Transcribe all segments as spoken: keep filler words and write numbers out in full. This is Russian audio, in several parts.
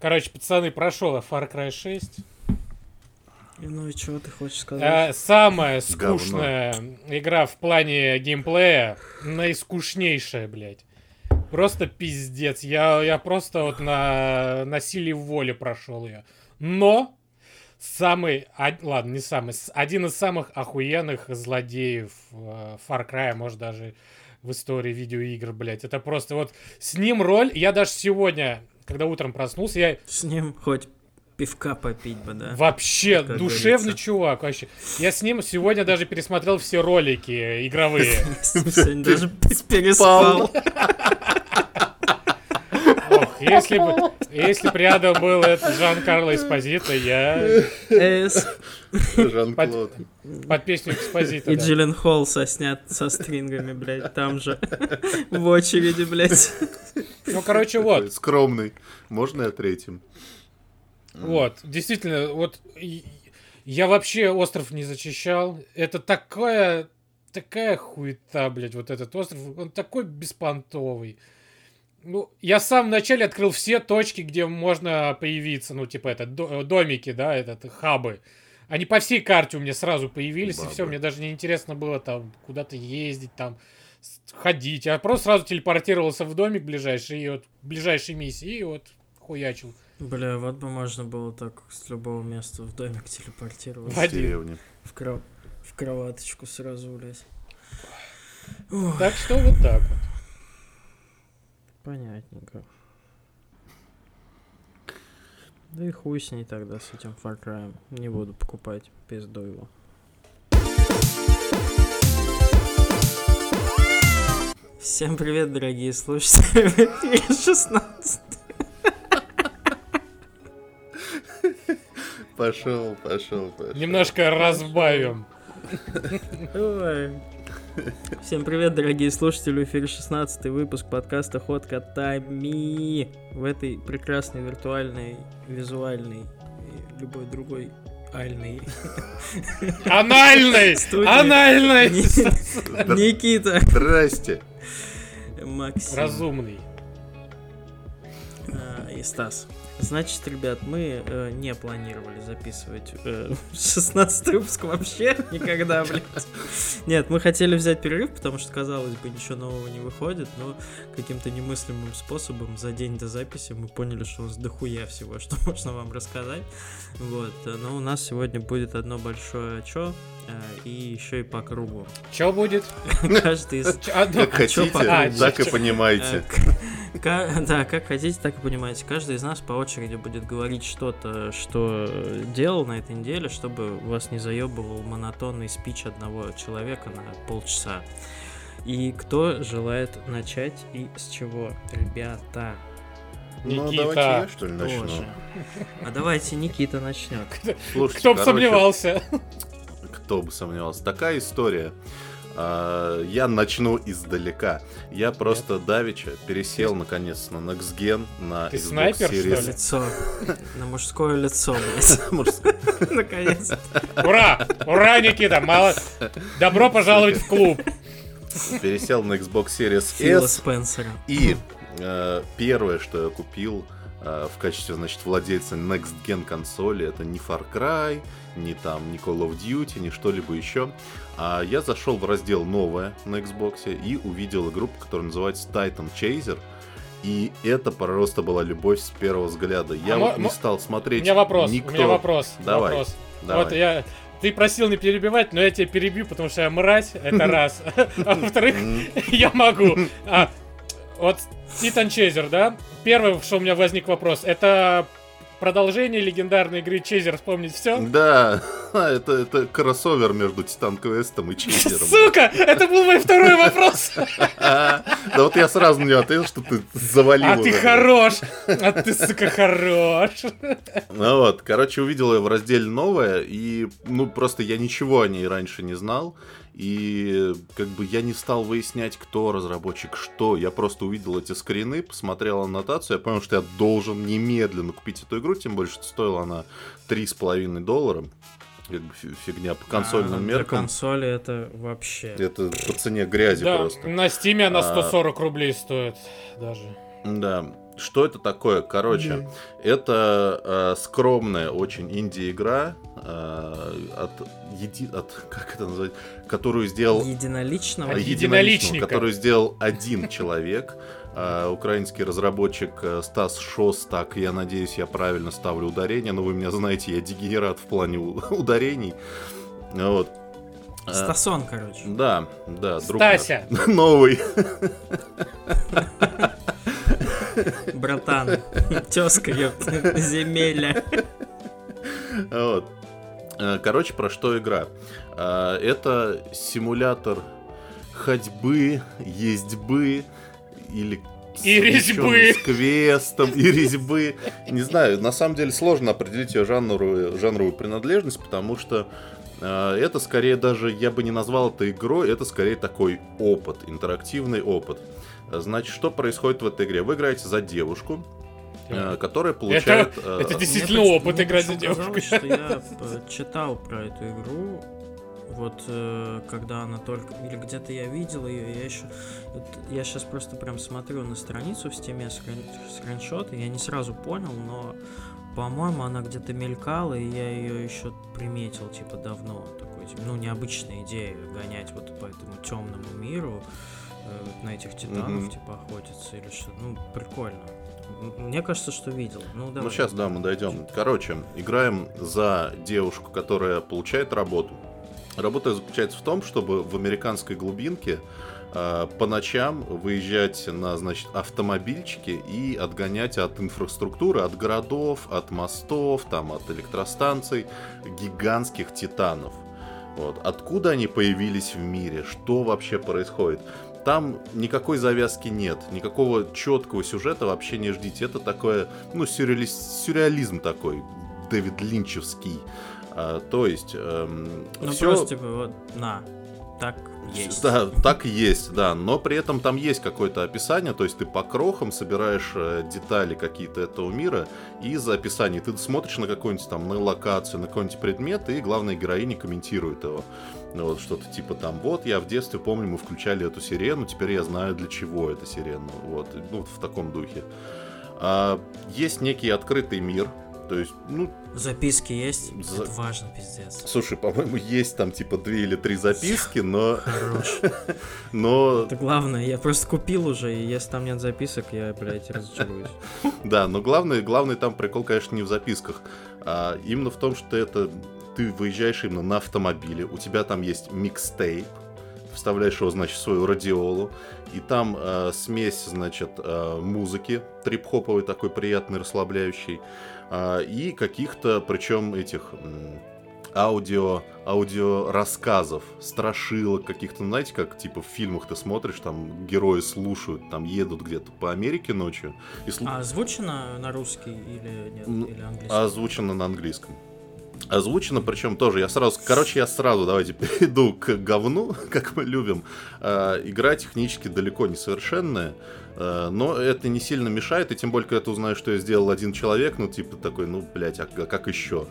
Короче, пацаны, прошел Far Cry шесть. Ну и чего ты хочешь сказать? А, самая скучная Говно. игра в плане геймплея, наискучнейшая, блядь. Просто пиздец. Я, я просто вот на, на силе воли прошел ее. Но самый, а, ладно, не самый, один из самых охуенных злодеев э, Far Cry, может даже в истории видеоигр, блядь. Это просто вот с ним роль. Я даже сегодня, когда утром проснулся, я... С ним хоть пивка попить бы, да? Вообще, как душевный говорится. Чувак, вообще. Я с ним сегодня даже пересмотрел все ролики игровые. Сегодня даже переспал. Ох, если бы, если бы рядом был этот Жан-Карло Эспозито, я... Эс. Жан-Клод. Под, под песню Эспозито. И да. Джилен Холл соснят со стрингами, блядь, там же. В очереди, блядь. Ну, короче, вот. Скромный. Можно я третьим? Вот, действительно, вот я вообще остров не зачищал. Это такая, такая хуета, блядь, вот этот остров. Он такой беспонтовый. Ну, я в самом начале открыл все точки, где можно появиться. Ну, типа, это домики, да, этот, хабы. Они по всей карте у меня сразу появились, Бабы. И все, мне даже не интересно было там куда-то ездить, там, ходить. Я просто сразу телепортировался в домик ближайший, и вот, ближайшей миссии, и вот хуячил. Бля, вот бы можно было так с любого места в домик телепортироваться. В деревне. В, кров... в кроваточку сразу, блядь. Так что вот так вот. Понятненько. Да и хуй с ней тогда, с этим Far Cry. Не буду покупать, пизду его. Всем привет, дорогие слушатели. В эфире шестнадцать. Пошел, пошел, пошел. Немножко разбавим. Ой. Всем привет, дорогие слушатели. В эфире шестнадцатый выпуск подкаста Ход Котами. В этой прекрасной виртуальной, визуальной и любой другой альной анальной анальной Никита. Здрасте. Максим. Разумный. А, и Стас. Значит, ребят, мы э, не планировали записывать э, шестнадцатый выпуск вообще никогда, блядь. Нет, мы хотели взять перерыв, потому что, казалось бы, ничего нового не выходит, но каким-то немыслимым способом за день до записи мы поняли, что у нас дохуя всего, что можно вам рассказать. Вот, но у нас сегодня будет одно большое чё, э, и еще и по кругу. Чё будет? Каждый из... Как хотите, так и понимаете. Да, как хотите, так и понимаете. Каждый из нас по очереди будет говорить что-то, что делал на этой неделе, чтобы вас не заебывал монотонный спич одного человека на полчаса. И кто желает начать и с чего, ребята? Ну, Никита. давайте я, что ли, начну. Тоже. А давайте Никита начнет. Слушайте, кто бы короче, сомневался. Кто бы сомневался. Такая история. Я начну издалека. Я просто давеча пересел наконец на Next Gen, на Ты Xbox снайпер, Series. что ли? Лицо. На мужское лицо, блядь. Наконец. Ура! Ура, Никита! Мало... Добро пожаловать в клуб. Пересел на Xbox Series Фила S. Спенсера. И э, первое, что я купил э, в качестве, значит, владельца Next Gen консоли, это не Far Cry, не там, не Call of Duty, не что-либо еще. А я зашел в раздел «Новое» на Xbox и увидел игру, которая называется Titan Chaser. И это просто была любовь с первого взгляда. Я а вот м- не стал смотреть. У меня вопрос, никто... у меня вопрос. Давай, вопрос. давай. Вот я... Ты просил не перебивать, но я тебя перебью, потому что я мразь, это раз. А во-вторых, я могу. Вот Titan Chaser, да? Первый, что у меня возник вопрос, это... Продолжение легендарной игры Чейзер, вспомнить все? Да, это, это кроссовер между Титан Квестом и Чейзером. Сука, это был мой второй вопрос. Да вот я сразу на него ответил, что ты завалил. А ты хорош, а ты, сука, хорош. Ну вот, короче, увидел я в разделе «Новое», и, ну, просто я ничего о ней раньше не знал. И как бы я не стал выяснять, кто разработчик, что. Я просто увидел эти скрины, посмотрел аннотацию, я понял, что я должен немедленно купить эту игру, тем более, что стоила она три с половиной доллара. Как бы фигня по консольным а, меркам. Для консоли это вообще... Это по цене грязи да, просто. На Стиме она сто сорок а... рублей стоит даже. Да. Что это такое? Короче, mm. это э, скромная очень инди-игра э, от, еди... от как это назвать, которую сделал единоличного, э, единоличного, которую сделал один человек, э, украинский разработчик Стас Шостак. Я надеюсь, я правильно ставлю ударение, но вы меня знаете, я дегенерат в плане ударений. Вот. Стасон, короче. Да, да, друг Стася. Новый. Братан, тезка, ёпта, земеля. Вот. Короче, про что игра? Это симулятор ходьбы, ездьбы или и резьбы. С квестом, и резьбы. Не знаю, на самом деле сложно определить ее жанровую, жанровую принадлежность, потому что э, это скорее даже, я бы не назвал это игрой, это скорее такой опыт, интерактивный опыт. Значит, что происходит в этой игре? Вы играете за девушку, э, которая получает... Это, э, это действительно мне опыт мне играть за девушку. Казалось, что я читал про эту игру, вот э, когда она только... Или где-то я видел ее, я еще... Вот, я сейчас просто прям смотрю на страницу в Steam, скрин, скриншоты, я не сразу понял, но, по-моему, она где-то мелькала, и я ее еще приметил, типа, давно. Такой, типа, ну, необычная идея гонять вот по этому темному миру, э, на этих титанов, mm-hmm. типа, охотиться или что-то. Ну, прикольно. Мне кажется, что видел. Ну, давай. Ну, сейчас, да, мы дойдем. Короче, играем за девушку, которая получает работу. Работа заключается в том, чтобы в американской глубинке э, по ночам выезжать на, значит, автомобильчики и отгонять от инфраструктуры, от городов, от мостов, там, от электростанций гигантских титанов. Вот. Откуда они появились в мире? Что вообще происходит? Там никакой завязки нет, никакого четкого сюжета вообще не ждите. Это такое, ну, сюрреали... сюрреализм такой, Дэвид Линчевский. А, то есть, эм, ну все... просто типа вот, на, так есть. Да, так и есть, да, но при этом там есть какое-то описание, то есть ты по крохам собираешь э, детали какие-то этого мира, и из описания ты смотришь на какую-нибудь там, на локацию, на какой-нибудь предмет, и главная героиня комментирует его. Вот что-то типа там, вот я в детстве помню, мы включали эту сирену, теперь я знаю, для чего эта сирена, вот, ну, в таком духе. А, есть некий открытый мир. То есть, ну... Записки есть? За... Это важно, пиздец. Слушай, по-моему, есть там типа две или три записки, но... Хорош. но... Это главное, я просто купил уже, и если там нет записок, я, блядь, разочаруюсь. Да, но главный, главный там прикол, конечно, не в записках, а именно в том, что это... Ты выезжаешь именно на автомобиле, у тебя там есть микстейп, вставляешь его, значит, в свою радиолу, и там э, смесь, значит, э, музыки, трип-хоповой такой приятный, расслабляющий, э, и каких-то, причем этих э, аудио, аудио рассказов, страшилок каких-то, знаете, как типа в фильмах ты смотришь, там герои слушают, там едут где-то по Америке ночью. И слу... А озвучено на русский или нет, или английский? Озвучено на английском. Озвучено, причем тоже, я сразу, короче, я сразу, давайте перейду к говну, как мы любим. Э, игра технически далеко не совершенная, э, но это не сильно мешает, и тем более, когда ты узнаешь, что я сделал один человек, ну, типа такой, ну, блядь, а как еще?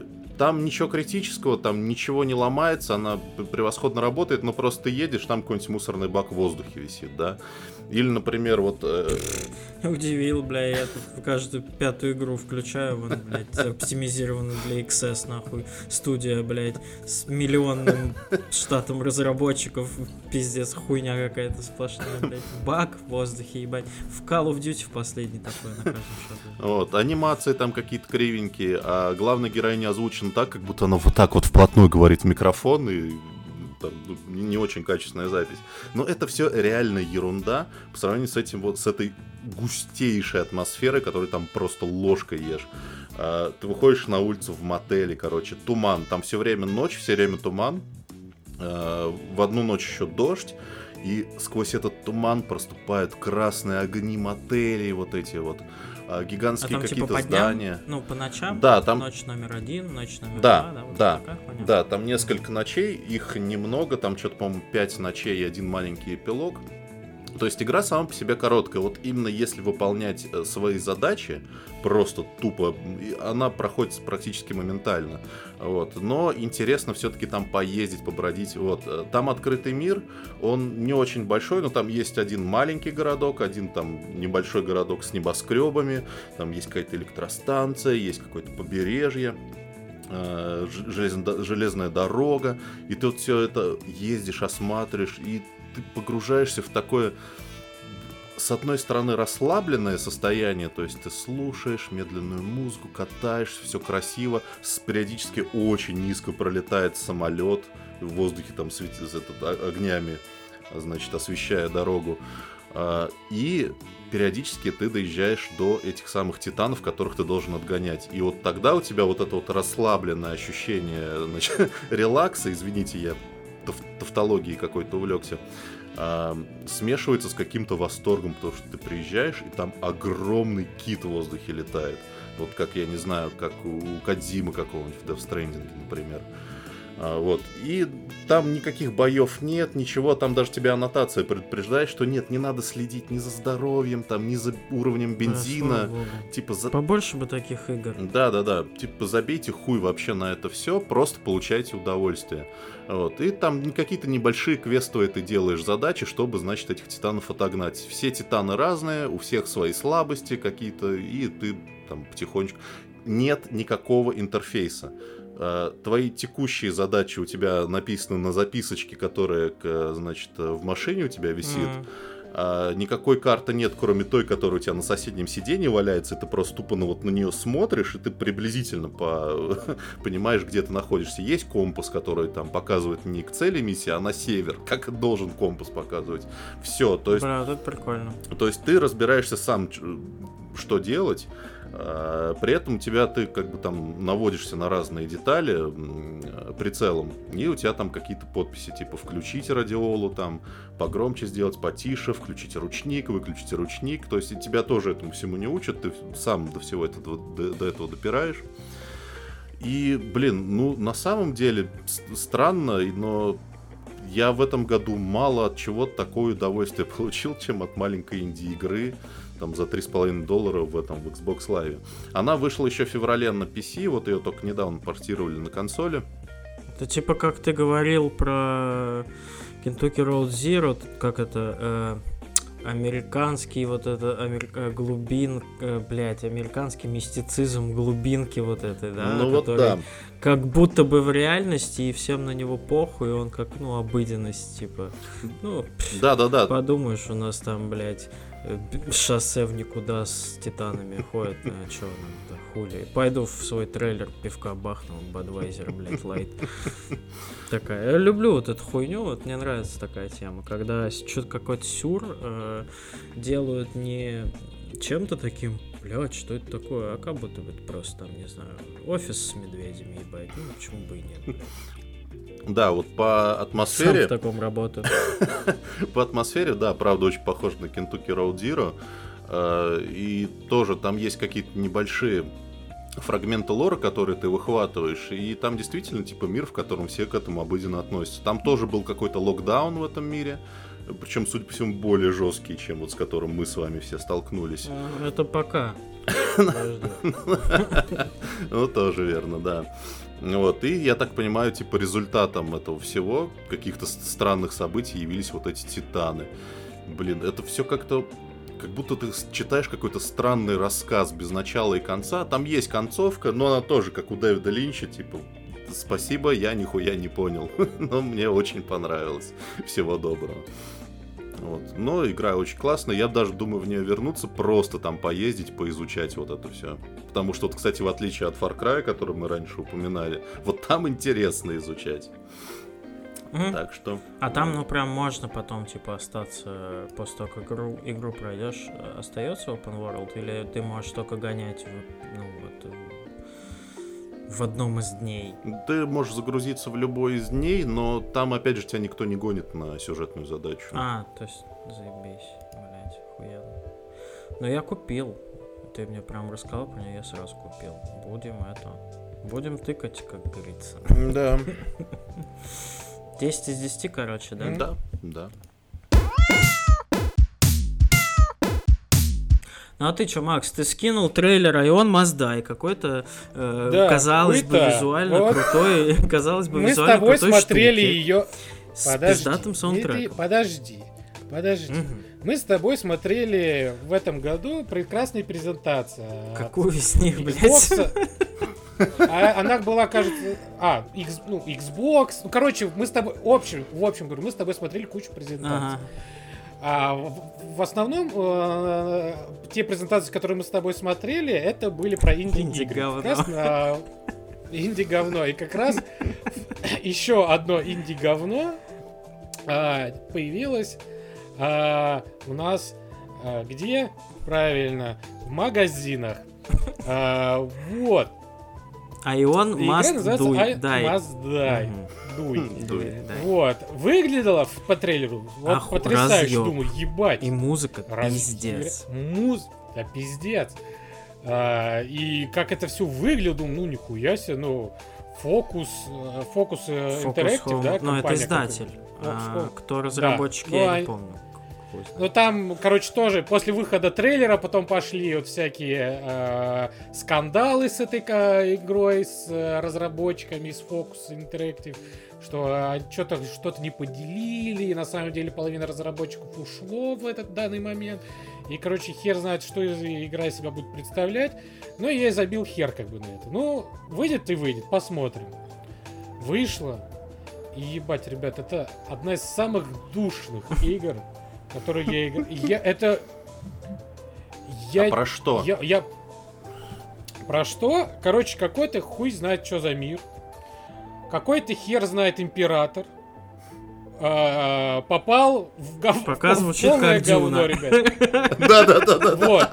Там ничего критического, там ничего не ломается, она превосходно работает, но просто ты едешь, там какой-нибудь мусорный бак в воздухе висит, да? Или, например, вот... Э... Удивил, бля, я тут каждую пятую игру включаю, вон, блядь, оптимизированную для икс эс, нахуй, студия, блядь, с миллионным штатом разработчиков, пиздец, хуйня какая-то сплошная, блядь, баг в воздухе, ебать. В Call of Duty в последний такой на каждом шагу. Вот, анимации там какие-то кривенькие, а главная героиня озвучена так, как будто она вот так вот вплотную говорит в микрофон, и... Там, не очень качественная запись. Но это все реально ерунда по сравнению с этим вот, с этой густейшей атмосферой, которую там просто ложкой ешь. А, ты выходишь на улицу в мотеле, короче, туман. Там все время ночь, все время туман. А, в одну ночь еще дождь. И сквозь этот туман проступают красные огни мотелей, вот эти вот а, гигантские а там, какие-то типа, здания. Дням? Ну, по ночам? Да, там... Ночь номер один, ночь номер да, два, да? Вот да, такая, да, там несколько ночей, их немного, там что-то, по-моему, пять ночей и один маленький эпилог. То есть игра сама по себе короткая. Вот именно если выполнять свои задачи, просто тупо, она проходит практически моментально. Вот. Но интересно все-таки там поездить, побродить. Вот. Там открытый мир, он не очень большой, но там есть один маленький городок, один там небольшой городок с небоскребами, там есть какая-то электростанция, есть какое-то побережье, железно- железная дорога, и ты вот все это ездишь, осматриваешь, и ты погружаешься в такое, с одной стороны, расслабленное состояние, то есть ты слушаешь медленную музыку, катаешься, все красиво, с, периодически очень низко пролетает самолет, в воздухе там светит этот, огнями, значит, освещая дорогу, и периодически ты доезжаешь до этих самых титанов, которых ты должен отгонять. И вот тогда у тебя вот это вот расслабленное ощущение, значит, релакса, извините, я тавтологией какой-то увлекся, а, смешивается с каким-то восторгом, потому что ты приезжаешь, и там огромный кит в воздухе летает. Вот как, я не знаю, как у Кодзимы какого-нибудь в Death Stranding, например. А, вот. И там никаких боев нет, ничего, там даже тебя аннотация предупреждает, что нет, не надо следить ни за здоровьем, там, ни за уровнем бензина. Да, типа за... Побольше бы таких игр. Да-да-да, типа забейте хуй вообще на это все, просто получайте удовольствие. Вот. И там какие-то небольшие квестовые ты делаешь задачи, чтобы, значит, этих титанов отогнать. Все титаны разные, у всех свои слабости какие-то, и ты там потихонечку... Нет никакого интерфейса. Твои текущие задачи у тебя написаны на записочке, которая, значит, в машине у тебя висит. Mm. А, никакой карты нет, кроме той, которая у тебя на соседнем сиденье валяется. И ты просто тупо ну, вот на нее смотришь, и ты приблизительно по... понимаешь, где ты находишься. Есть компас, который там показывает не к цели миссии, а на север. Как должен компас показывать. Все, то есть... Бля, это прикольно. То есть ты разбираешься сам, что делать. При этом у тебя ты как бы там наводишься на разные детали прицелом, и у тебя там какие-то подписи типа включите радиолу, там погромче сделать, потише, включите ручник, выключите ручник. То есть тебя тоже этому всему не учат, ты сам до всего этого, до, до этого допираешь. И, блин, ну на самом деле странно, но я в этом году мало от чего-то такое удовольствие получил, чем от маленькой инди-игры. Там за три с половиной доллара в этом в Xbox Live. Она вышла еще в феврале на пи си, вот ее только недавно портировали на консоли. Это типа как ты говорил про Kentucky Road Zero, как это э, американский вот это амер... глубин, э, блядь, американский мистицизм глубинки вот этой, да, ну, который вот да. Как будто бы в реальности и всем на него похуй, и он как ну обыденность типа, ну да, да, да. Подумаешь, у нас там, блядь, шоссе в никуда с титанами ходит, а чё нам-то, хули. Пойду в свой трейлер пивка бахну, Budweiser, блядь, лайт. Такая, я люблю вот эту хуйню, вот мне нравится такая тема, когда что-то какой-то сюр э, делают не чем-то таким, блядь, что это такое, а как будто бы это просто там, не знаю, офис с медведями ебать, ну почему бы и нет. Да, вот по атмосфере... Сам в таком работаю. По атмосфере, да, правда, очень похож на Kentucky Road Zero. И тоже там есть какие-то небольшие фрагменты лора, которые ты выхватываешь. И там действительно типа мир, в котором все к этому обыденно относятся. Там тоже был какой-то локдаун в этом мире. Причем, судя по всему, более жесткий, чем вот с которым мы с вами все столкнулись. Это пока. Ну, тоже верно, да. Вот, и, я так понимаю, типа, результатом этого всего, каких-то странных событий, явились вот эти титаны. Блин, это все как-то, как будто ты читаешь какой-то странный рассказ без начала и конца. Там есть концовка, но она тоже, как у Дэвида Линча, типа, спасибо, я нихуя не понял. Но мне очень понравилось. Всего доброго. Вот. Но игра очень классная, я даже думаю в нее вернуться, просто там поездить, поизучать вот это все. Потому что, вот, кстати, в отличие от Far Cry, который мы раньше упоминали, вот там интересно изучать. Mm-hmm. Так что... А там, ну, прям можно потом, типа, остаться, после того, как игру, игру пройдешь, остается open world, или ты можешь только гонять, в, ну, вот, в одном из дней? Ты можешь загрузиться в любой из дней, но там, опять же, тебя никто не гонит на сюжетную задачу. А, то есть, заебись, блядь, охуенно. Но я купил. Ты мне прям рассказал про нее, я сразу купил. Будем это... Будем тыкать, как говорится. Да. десять из десяти, короче, да? Да, да. Ну а ты что, Макс, ты скинул трейлер Ion Mazda, какой-то, э, Да, казалось бы, мы-то, визуально вот. крутой, казалось бы, Мы с визуально тобой крутой смотрели штуки ее. с Подожди. пиздатым Не ты- саундтреком. Подожди. Подожди. Мгм. Мы с тобой смотрели в этом году прекрасную презентацию. Какую из них, блядь? Xbox. А, она была, кажется... А, X, ну, Xbox. Ну, короче, мы с тобой... В общем, в общем, говорю, мы с тобой смотрели кучу презентаций. Ага. А в, в основном э, те презентации, которые мы с тобой смотрели, это были про инди-игры. Инди-говно. Как раз, а, инди-говно. И как раз еще одно инди-говно а, появилось а, у нас а, где? Правильно, в магазинах. А, вот. Ion И игра Must называется Do I Die. Must Die. Мгм. Дуй. Дуй, да. Вот. Выглядело в- по трейлеру вот Ах, потрясающе. разъёб. Думаю, ебать. И музыка Раз- пиздец. Муз... Да пиздец. А, и как это все выглядело, думаю, ну нихуя себе, ну фокус, э, фокус э, Focus Interactive, Home. да, Ну, это компания, издатель. как- А, Focus Home. кто разработчики, Ну, я а- не помню. Какой издатель. Ну там, короче, тоже после выхода трейлера потом пошли вот всякие э, скандалы с этой ка- игрой, с э, разработчиками, с Focus Interactive, что э, что-то что-то не поделили, и на самом деле половина разработчиков ушло в этот данный момент. И, короче, хер знает, что из- игра из себя будет представлять. Но я и забил хер как бы на это. Ну, выйдет и выйдет, посмотрим. Вышло. И ебать, ребят, это одна из самых душных игр, которые я играю. Я это. Я, А про что? Я, я... Про что? Короче, какой-то хуй знает, что за мир. Какой-то хер знает император. А, попал в, гов... Пока в звучит полное как Дюна. говно, ребят. Да-да-да-да. Вот.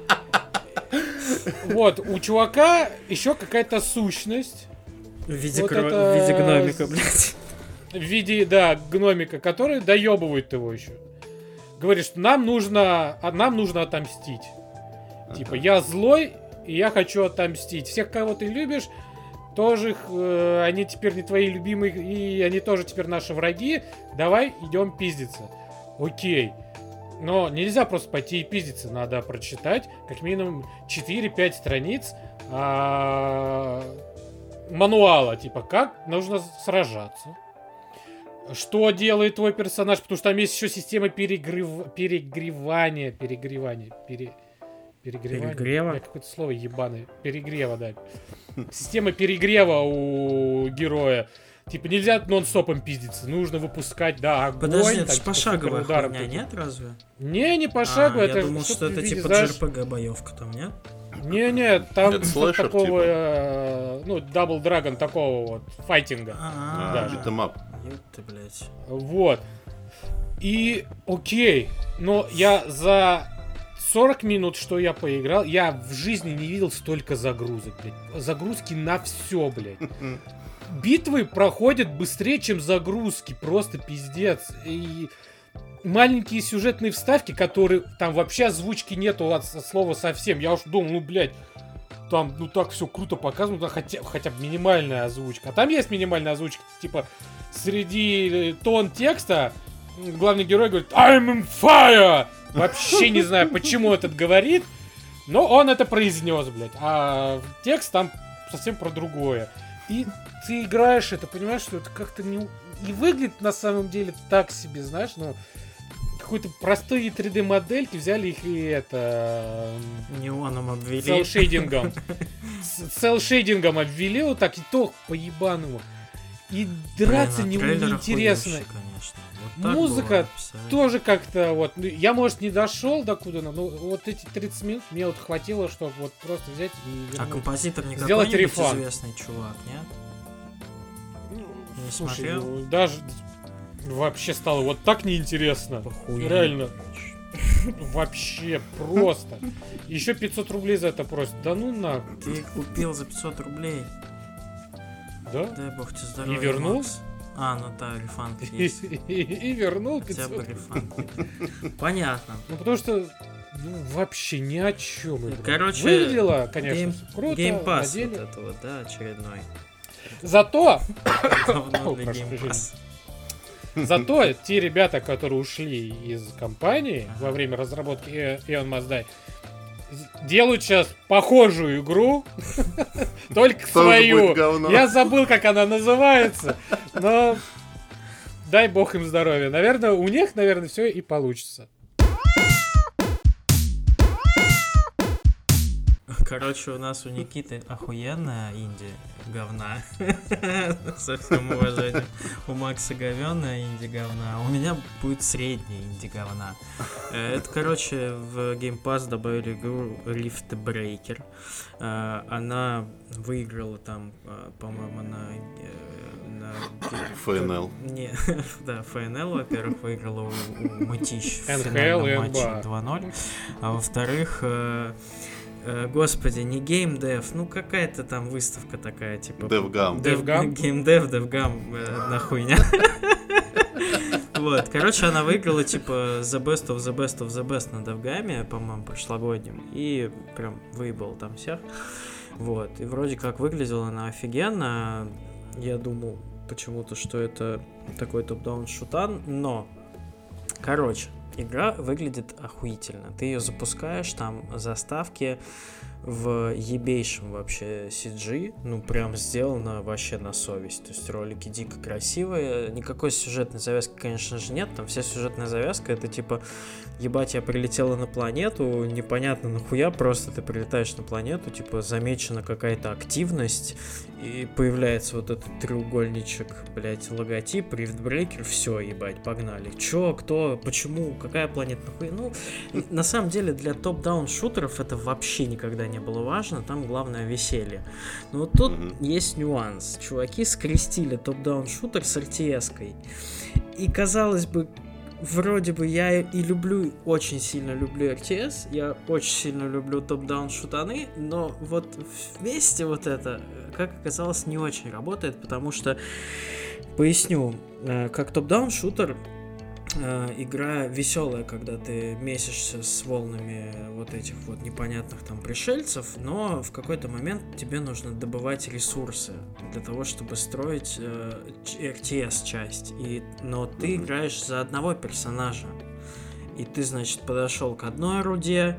Вот, у чувака еще какая-то сущность. В виде, Вот кро- это- в виде гномика, блядь. В виде, да, гномика, который доебывает его еще. Говорит, что нам нужно, а нам нужно отомстить. Типа, я злой, и я хочу отомстить. Всех, кого ты любишь, тоже их, э, они теперь не твои любимые, и они тоже теперь наши враги. Давай идем пиздиться. Окей. Но нельзя просто пойти и пиздиться. Надо прочитать как минимум четыре-пять страниц а, мануала. Типа, как нужно сражаться. Что делает твой персонаж? Потому что там есть еще система перегрев... перегревания. Перегревания. Пере... Перегревания. Перегрева? Я какое-то слово ебаное. Перегрева, да. Система перегрева у героя. Типа нельзя нон-стопом пиздиться. Нужно выпускать, да, огонь. Подожди, это там, ж типа, пошаговая суперударом хуйня, таким. нет, разве? Не, не пошаговая. А, это я думал, что что-то это в виде, типа знаешь, джей ар пи джи-боевка там, нет? Не-не, там Это что-то слэшер, такого, типа? э, ну, Double Dragon такого вот, файтинга. А, Да. Битэмап. ёб ты, блядь. Вот. И, окей, но я за сорок минут, что я поиграл, я в жизни не видел столько загрузок, блядь. Загрузки на все, блядь. Битвы проходят быстрее, чем загрузки, просто пиздец. И маленькие сюжетные вставки, которые там вообще озвучки нету от слова совсем. Я уж думал, ну, блядь, там, ну, так все круто показано, да, хотя, хотя бы минимальная озвучка. А там есть минимальная озвучка, типа, среди тон текста главный герой говорит I'm in fire! Вообще не знаю, почему этот говорит, но он это произнес, блядь. А текст там совсем про другое. И ты играешь это, понимаешь, что это как-то не... И выглядит на самом деле так себе, знаешь, ну... Какой-то простые три дэ-модельки, взяли их и это... Неоном обвели. Селл-шейдингом. Селл-шейдингом обвели вот так, и то по-ебаному. И драться не неинтересно. Музыка тоже как-то вот... ну, я, может, не дошел до куда, но вот эти тридцать минут мне вот хватило, чтобы вот просто взять и А вернуть. композитор не Сделать какой-нибудь рефан. известный чувак, нет? Ну, Не слушай, смотрел? ну, даже вообще стало вот так неинтересно. Похуй. Реально. Вообще просто. Еще пятьсот рублей за это просят. Да ну нахуй. Ты их купил за пятьсот рублей. Да? Дай бог тебе здоровья, И вернул? Макс. А, ну да, рефанд И, есть. и- и вернул Хотя бы пятьсот. рефанд. Понятно. Ну потому что ну, вообще ни о чем. игра. Короче, выглядело, конечно, Гейм, всё круто. геймпасс на вот деле. это вот, да, очередной. Зато, Говно для прошу геймпасса. зато те ребята, которые ушли из компании Ага. во время разработки Ion Mazda, делают сейчас похожую игру, только свою. Я забыл, как она называется, но дай бог им здоровья. Наверное, у них, наверное, все и получится. Короче, у нас у Никиты охуенная инди говна. Со всем уважением. У Макса говенная инди говна, а у меня будет средняя инди говна. Это, короче, в Game Pass добавили игру Rift Breaker. Она выиграла там, по-моему, на... эф эн эл. Не, да, эф эн эл, во-первых, выиграла у, у Мытищ в эн ха эл финальном и матче эн би эй. два ноль. А во-вторых, господи, не Game Dev, ну какая-то там выставка такая, типа... DevGam. DevGam? Game Dev, DevGam, э, нахуйня. Вот, короче, она выиграла, типа, The Best of the Best of the Best на DevGam'е, по-моему, прошлогоднем, и прям выебала там всех. Вот, и вроде как выглядела она офигенно. Я думал почему-то, что это такой топ-даун шутан, но, короче, игра выглядит охуительно. Ты ее запускаешь, там заставки в ебейшем вообще си джи, ну прям сделано вообще на совесть. То есть ролики дико красивые, никакой сюжетной завязки, конечно же, нет. Там вся сюжетная завязка это типа, ебать, я прилетела на планету, непонятно нахуя, просто ты прилетаешь на планету, типа замечена какая-то активность, и появляется вот этот треугольничек, блять, логотип, Rift Breaker, все, ебать, погнали. Чё, кто, почему, какая планета, нахуй? Ну, на самом деле для топ-даун шутеров это вообще никогда не было важно, там главное веселье. Но вот тут mm-hmm. есть нюанс. Чуваки скрестили топ-даун шутер с эр ти эс-кой. И казалось бы, вроде бы я и люблю, очень сильно люблю эр ти эс, я очень сильно люблю топ-даун шутаны, но вот вместе вот это, как оказалось, не очень работает, потому что, поясню, как топ-даун шутер, игра веселая, когда ты месишься с волнами вот этих вот непонятных там пришельцев, но в какой-то момент тебе нужно добывать ресурсы для того, чтобы строить э, эр ти эс-часть. И, но ты играешь за одного персонажа. И ты, значит, подошел к одной руде,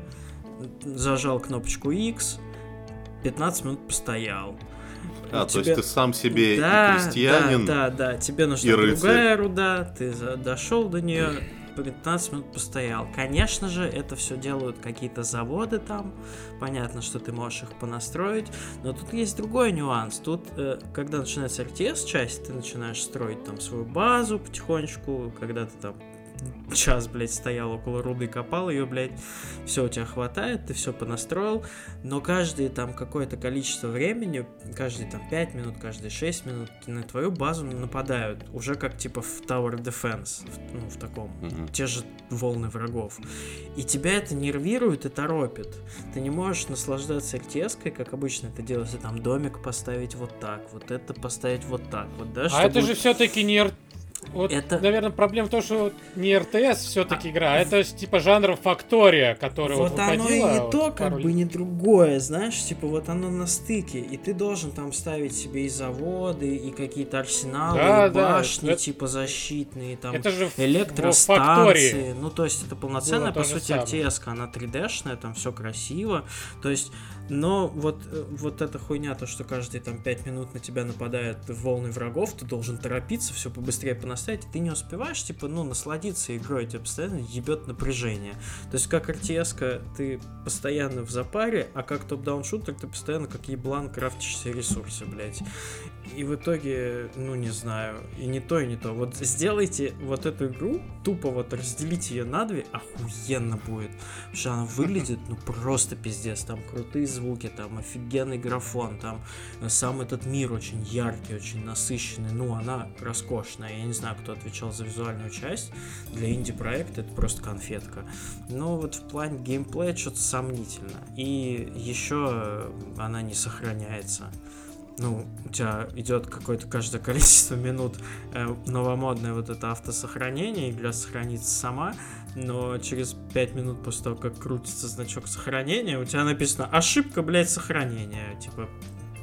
зажал кнопочку X, пятнадцать минут постоял. А, тебе... то есть ты сам себе да, и крестьянин, да, да, да, тебе нужна другая руда, ты за... дошел до нее, пятнадцать минут постоял. Конечно же, это все делают какие-то заводы там, понятно, что ты можешь их понастроить, но тут есть другой нюанс. Тут, э, когда начинается эр ти эс-часть, ты начинаешь строить там свою базу потихонечку, когда ты там час, блядь, стоял около руды, копал ее, блядь, все у тебя хватает, ты все понастроил, но каждые там какое-то количество времени, каждые там пять минут, каждые шесть минут на твою базу нападают, уже как типа в Tower Defense, в, ну, в таком, mm-hmm. те же волны врагов. И тебя это нервирует и торопит. Ты не можешь наслаждаться эр ти эс-кой, как обычно это делается, там домик поставить вот так, вот это поставить вот так, вот, да, а чтобы... это же все-таки не эр ти эс. Вот, это... наверное, проблема в том, что не эр ти эс все-таки а... игра, а это типа жанр Фактория, который вот, вот выходила. Вот оно и не вот то, как пару... бы не другое, знаешь, типа вот оно на стыке, и ты должен там ставить себе и заводы, и какие-то арсеналы, да, и башни, да, типа защитные, там это же электростанции, ну то есть это полноценная, по сути, эр ти эс-ка, она три дэ-шная, там все красиво, то есть... Но вот, вот эта хуйня, то, что каждые там пять минут на тебя нападают волны врагов, ты должен торопиться, все побыстрее понаставить, и ты не успеваешь, типа, ну, насладиться игрой, тебя постоянно ебет напряжение. То есть, как эр ти эс-ка, ты постоянно в запаре, а как топ-даун шутер, ты постоянно как еблан крафтишь все ресурсы, блядь. И в итоге, ну, не знаю, и не то, и не то. Вот сделайте вот эту игру, тупо вот разделите ее на две, охуенно будет. Потому что она выглядит, ну, просто пиздец. Там крутые звуки, там офигенный графон, там сам этот мир очень яркий, очень насыщенный. Ну, она роскошная. Я не знаю, кто отвечал за визуальную часть. Для инди-проекта это просто конфетка. Но вот в плане геймплея что-то сомнительно. И еще она не сохраняется. Ну, у тебя идет какое-то каждое количество минут э, новомодное вот это автосохранение, игра сохранится сама, но через пять минут после того, как крутится значок сохранения, у тебя написано «Ошибка, блядь, сохранения». Типа,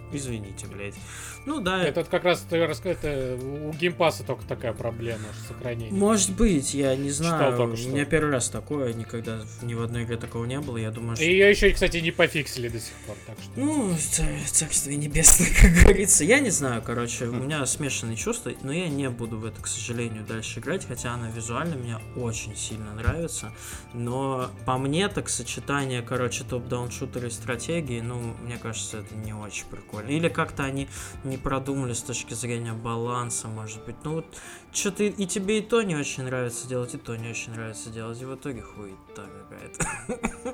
извините, блядь. Ну да. Это как раз ты рассказал, это у геймпасса только такая проблема с сохранением. Может быть, я не знаю. У что. меня первый раз такое, никогда ни в одной игре такого не было. Я думаю, что... И ее еще, кстати, не пофиксили до сих пор, так что... Ну, царствие небесное, как говорится. Я не знаю, короче, у меня смешанные чувства, но я не буду в это, к сожалению, дальше играть, хотя она визуально мне очень сильно нравится. Но по мне, так сочетание, короче, топ-даун шутера и стратегии, ну, мне кажется, это не очень прикольно. Или как-то они не продумали с точки зрения баланса, может быть. Ну, вот, что-то и тебе и то не очень нравится делать, и то не очень нравится делать, и в итоге хуета какая-то.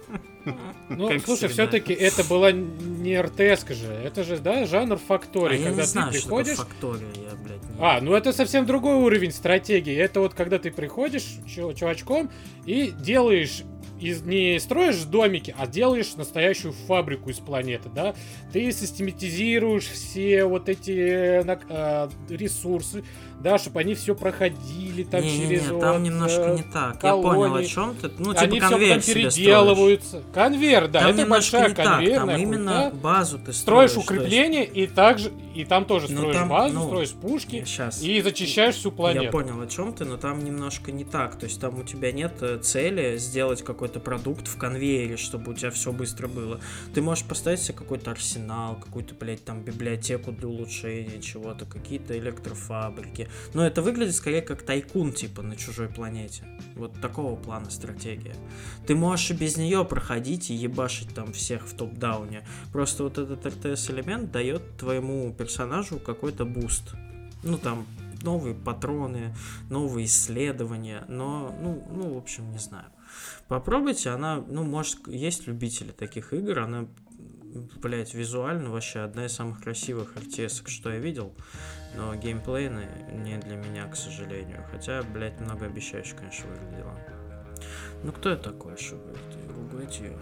Ну, Как слушай, всегда. все-таки это была не эр тэ эс же, это же, да, жанр фактории, А я когда не ты знаю, что такое приходишь... фактория, я, блядь, не... А, ну это совсем другой уровень стратегии. Это вот когда ты приходишь чу- чувачком и делаешь, из, не строишь домики, а делаешь настоящую фабрику из планеты, да? Ты систематизируешь все вот эти на- а, ресурсы, да, чтобы они все проходили там не, через... Не, не, вот, там немножко э, не так. колонии. Я понял, о чем ты. Ну, типа они конвейер все себе переделываются. Конвейер, да, там это немножко большая не так, там конвейерная именно хуйта. базу ты Строишь строишь. укрепления, и также и там тоже Ну, строишь там, базу, ну, строишь пушки, Сейчас. и зачищаешь всю планету. Я понял, о чем ты, но там немножко не так. То есть там у тебя нет э, цели сделать какой-то продукт в конвейере, чтобы у тебя все быстро было. Ты можешь поставить себе какой-то арсенал, какую-то, блядь, там библиотеку для улучшения чего-то, какие-то электрофабрики. Но это выглядит скорее как тайкун, типа, на чужой планете. Вот такого плана стратегия. Ты можешь и без нее проходить и ебашить там всех в топ-дауне. Просто вот этот эр тэ эс-элемент дает твоему персонажу какой-то буст. Ну, там, новые патроны, новые исследования, но, ну, ну, в общем, не знаю. Попробуйте, она, ну, может, есть любители таких игр, она, блять, визуально вообще одна из самых красивых эр тэ эс, что я видел, но геймплейно не для меня, к сожалению, хотя, блять, многообещающе, конечно, выглядело. Ну, кто я такой, чтобы это, ругать ее?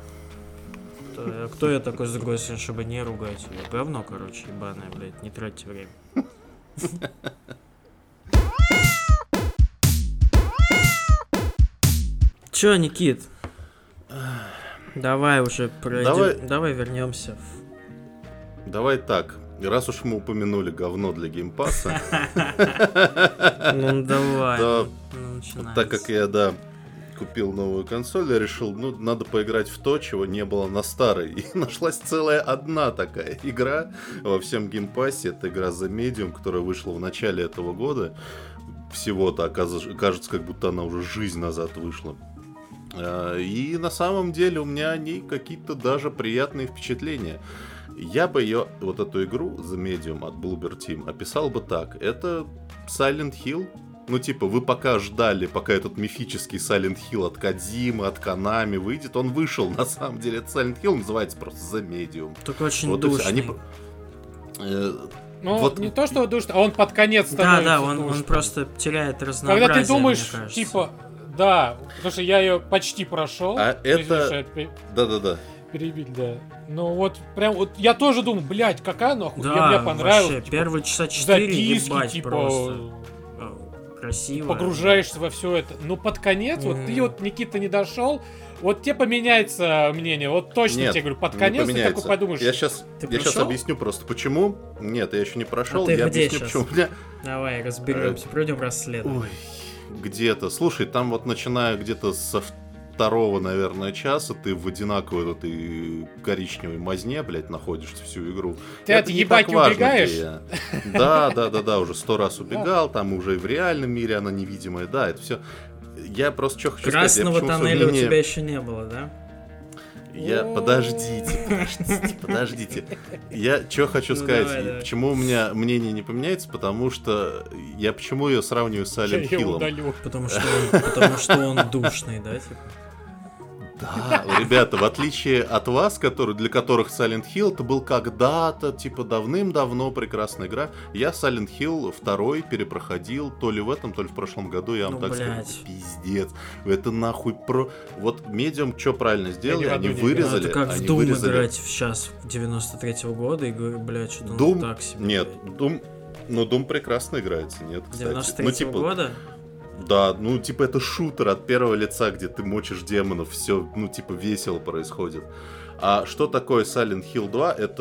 Кто, кто я такой, с другой стороны, чтобы не ругать ее? Говно, короче, ебаное, блять, не тратьте время. Чё, Никит? Давай уже пройдем. Давай. Давай вернемся. Давай так. Раз уж мы упомянули говно для геймпасса, Ну давай. то Ну, начинается. так как я, да, купил новую консоль, я решил, ну, надо поиграть в то, чего не было на старой. И нашлась целая одна такая игра во всем геймпассе. Это игра The Medium, которая вышла в начале этого года. Всего-то оказ- кажется, как будто она уже жизнь назад вышла. А, И на самом деле у меня о ней какие-то даже приятные впечатления. Я бы ее, вот эту игру The Medium от Bloober Team, описал бы так. Это Silent Hill. Ну, типа, вы пока ждали, пока этот мифический Silent Hill от Кодзимы, от Konami выйдет, он вышел, на самом деле. Это Silent Hill называется просто The Medium. Только очень Вот и всё. душный. Они... э, Ну, Вот- не то, что душно, а он под конец Да, становится да, он, он душным. просто теряет разнообразие, Когда ты думаешь, мне кажется. типа, да, потому что я ее почти прошел. А это- Извини, Да-да-да. перебить, да. Ну вот прям вот я тоже думал, блядь, какая нахуй, Да, мне понравилось. вообще, типа, первые часа четыре, записки, ебать, типа, просто. Э, Красиво. погружаешься во все это. Ну под конец, вот Мгм. ты вот, Никита, не дошел, вот тебе поменяется мнение, вот точно Нет, тебе говорю, под не конец ты поменяется. такой подумаешь, Я сейчас, Ты я сейчас прошел? объясню просто почему. Нет, я еще не прошел. А ты я где объясню, щас? почему. У меня... Давай, разберемся, пройдем расследование. Ой, где-то. Слушай, там вот начиная где-то со второго, наверное, часа ты в одинаковой вот этой коричневой мазне, блядь, находишься всю игру. Ты Это от не ебать так важно, убегаешь? где я. Да, да, да, да, уже сто раз убегал, там уже и в реальном мире она невидимая, да, это все. Я просто что хочу сказать. я Красного почему тоннеля своё у мнение- тебя еще не было, да? Я... Подождите, подождите, подождите. Я что хочу Ну, сказать, давай, и давай. почему у меня мнение не поменяется, потому что я почему ее сравниваю с я Silent ее Hill'ом. удалю. Потому что он, потому что он душный, да, типа? Да, ребята, в отличие от вас, которые, для которых Silent Hill это был когда-то, типа давным-давно прекрасная игра, я Silent Hill второй перепроходил то ли в этом, то ли в прошлом году, я вам Ну, так скажу, блядь. это пиздец. Это нахуй про... Вот Medium что правильно сделали, Я ни в они одну не Ну, вырезали, это как в они Doom вырезали... играть сейчас, девяносто третьего года, и говорю, блядь, что-то Doom? он так себе. Нет, блядь. Doom... Ну, Doom прекрасно играется, нет, кстати. девяносто Ну, третьего типа, года? да, ну, типа, это шутер от первого лица, где ты мочишь демонов, все, ну, типа, весело происходит. А что такое Silent Hill два? Это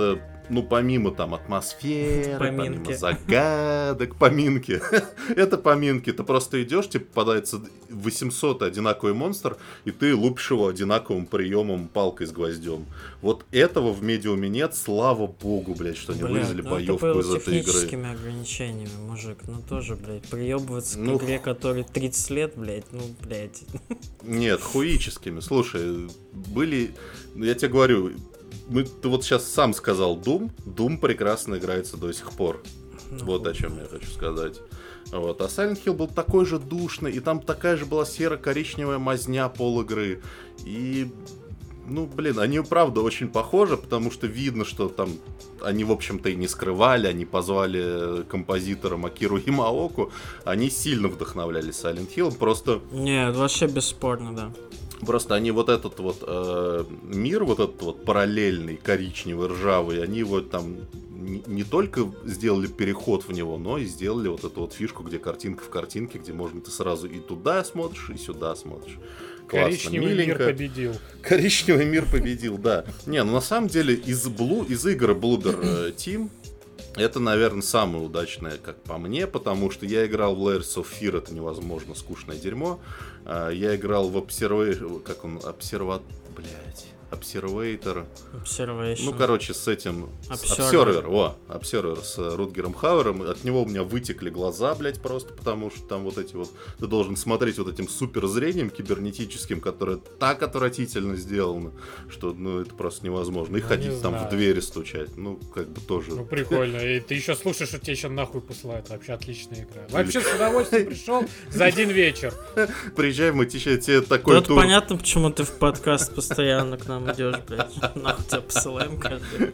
ну, помимо там атмосферы, Поминки. помимо загадок, поминки. Это поминки. Ты просто идешь, тебе попадается восемьсот одинаковый монстр, и ты лупишь его одинаковым приемом палкой с гвоздем. Вот этого в медиуме нет, слава богу, блядь, что не вырезали ну, боевку это из этой игры. техническими ограничениями, мужик, ну тоже, блядь, приебываться Ну, к игре, которой тридцать лет, блядь, ну, блядь. Нет, хуическими. Слушай, были... Я тебе говорю, мы, ты вот сейчас сам сказал Doom. Doom прекрасно играется до сих пор. Ну, Вот о чем я хочу сказать. Вот. А Silent Hill был такой же душный, и там такая же была серо-коричневая мазня пол игры. И, ну, блин, они правда очень похожи, потому что видно, что там они, в общем-то, и не скрывали, они позвали композитора Акиру Ямаоку, они сильно вдохновлялись Silent Hill, просто... Нет, вообще бесспорно, да. Просто они вот этот вот э, мир, вот этот вот параллельный, коричневый, ржавый, они его там не, не только сделали переход в него, но и сделали вот эту вот фишку, где картинка в картинке, где можно ты сразу и туда смотришь, и сюда смотришь. Классно, Коричневый миленько. мир победил. Коричневый мир победил, да. Не, ну на самом деле из, Blue, из игр Bloober Team это, наверное, самое удачное, как по мне, потому что я играл в Layers of Fear, это невозможно, скучное дерьмо. Я играл в Observation, как он, Observat... Блядь... Observator. Observation. Ну, короче, с этим... Observer. Observer, о, Observer с Рутгером Хауэром. От него у меня вытекли глаза, блядь, просто потому что там вот эти вот... Ты должен смотреть вот этим суперзрением кибернетическим, которое так отвратительно сделано, что, ну, это просто невозможно. И Ну, ходить не там знаю. в двери стучать, ну, как бы тоже... Ну, прикольно. И ты еще слушаешь, что тебя еще нахуй посылают. Вообще отличная игра. Вообще с удовольствием пришел за один вечер. Приезжай, мы тебе, тебе такой Тут тур... понятно, почему ты в подкаст постоянно к нам идешь, блядь. Нахуй тебя посылаем каждый.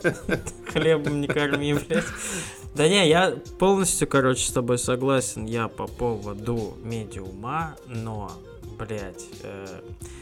Хлебом не корми, блядь. Да не, я полностью, короче, с тобой согласен. Я по поводу медиума, но, блядь, э,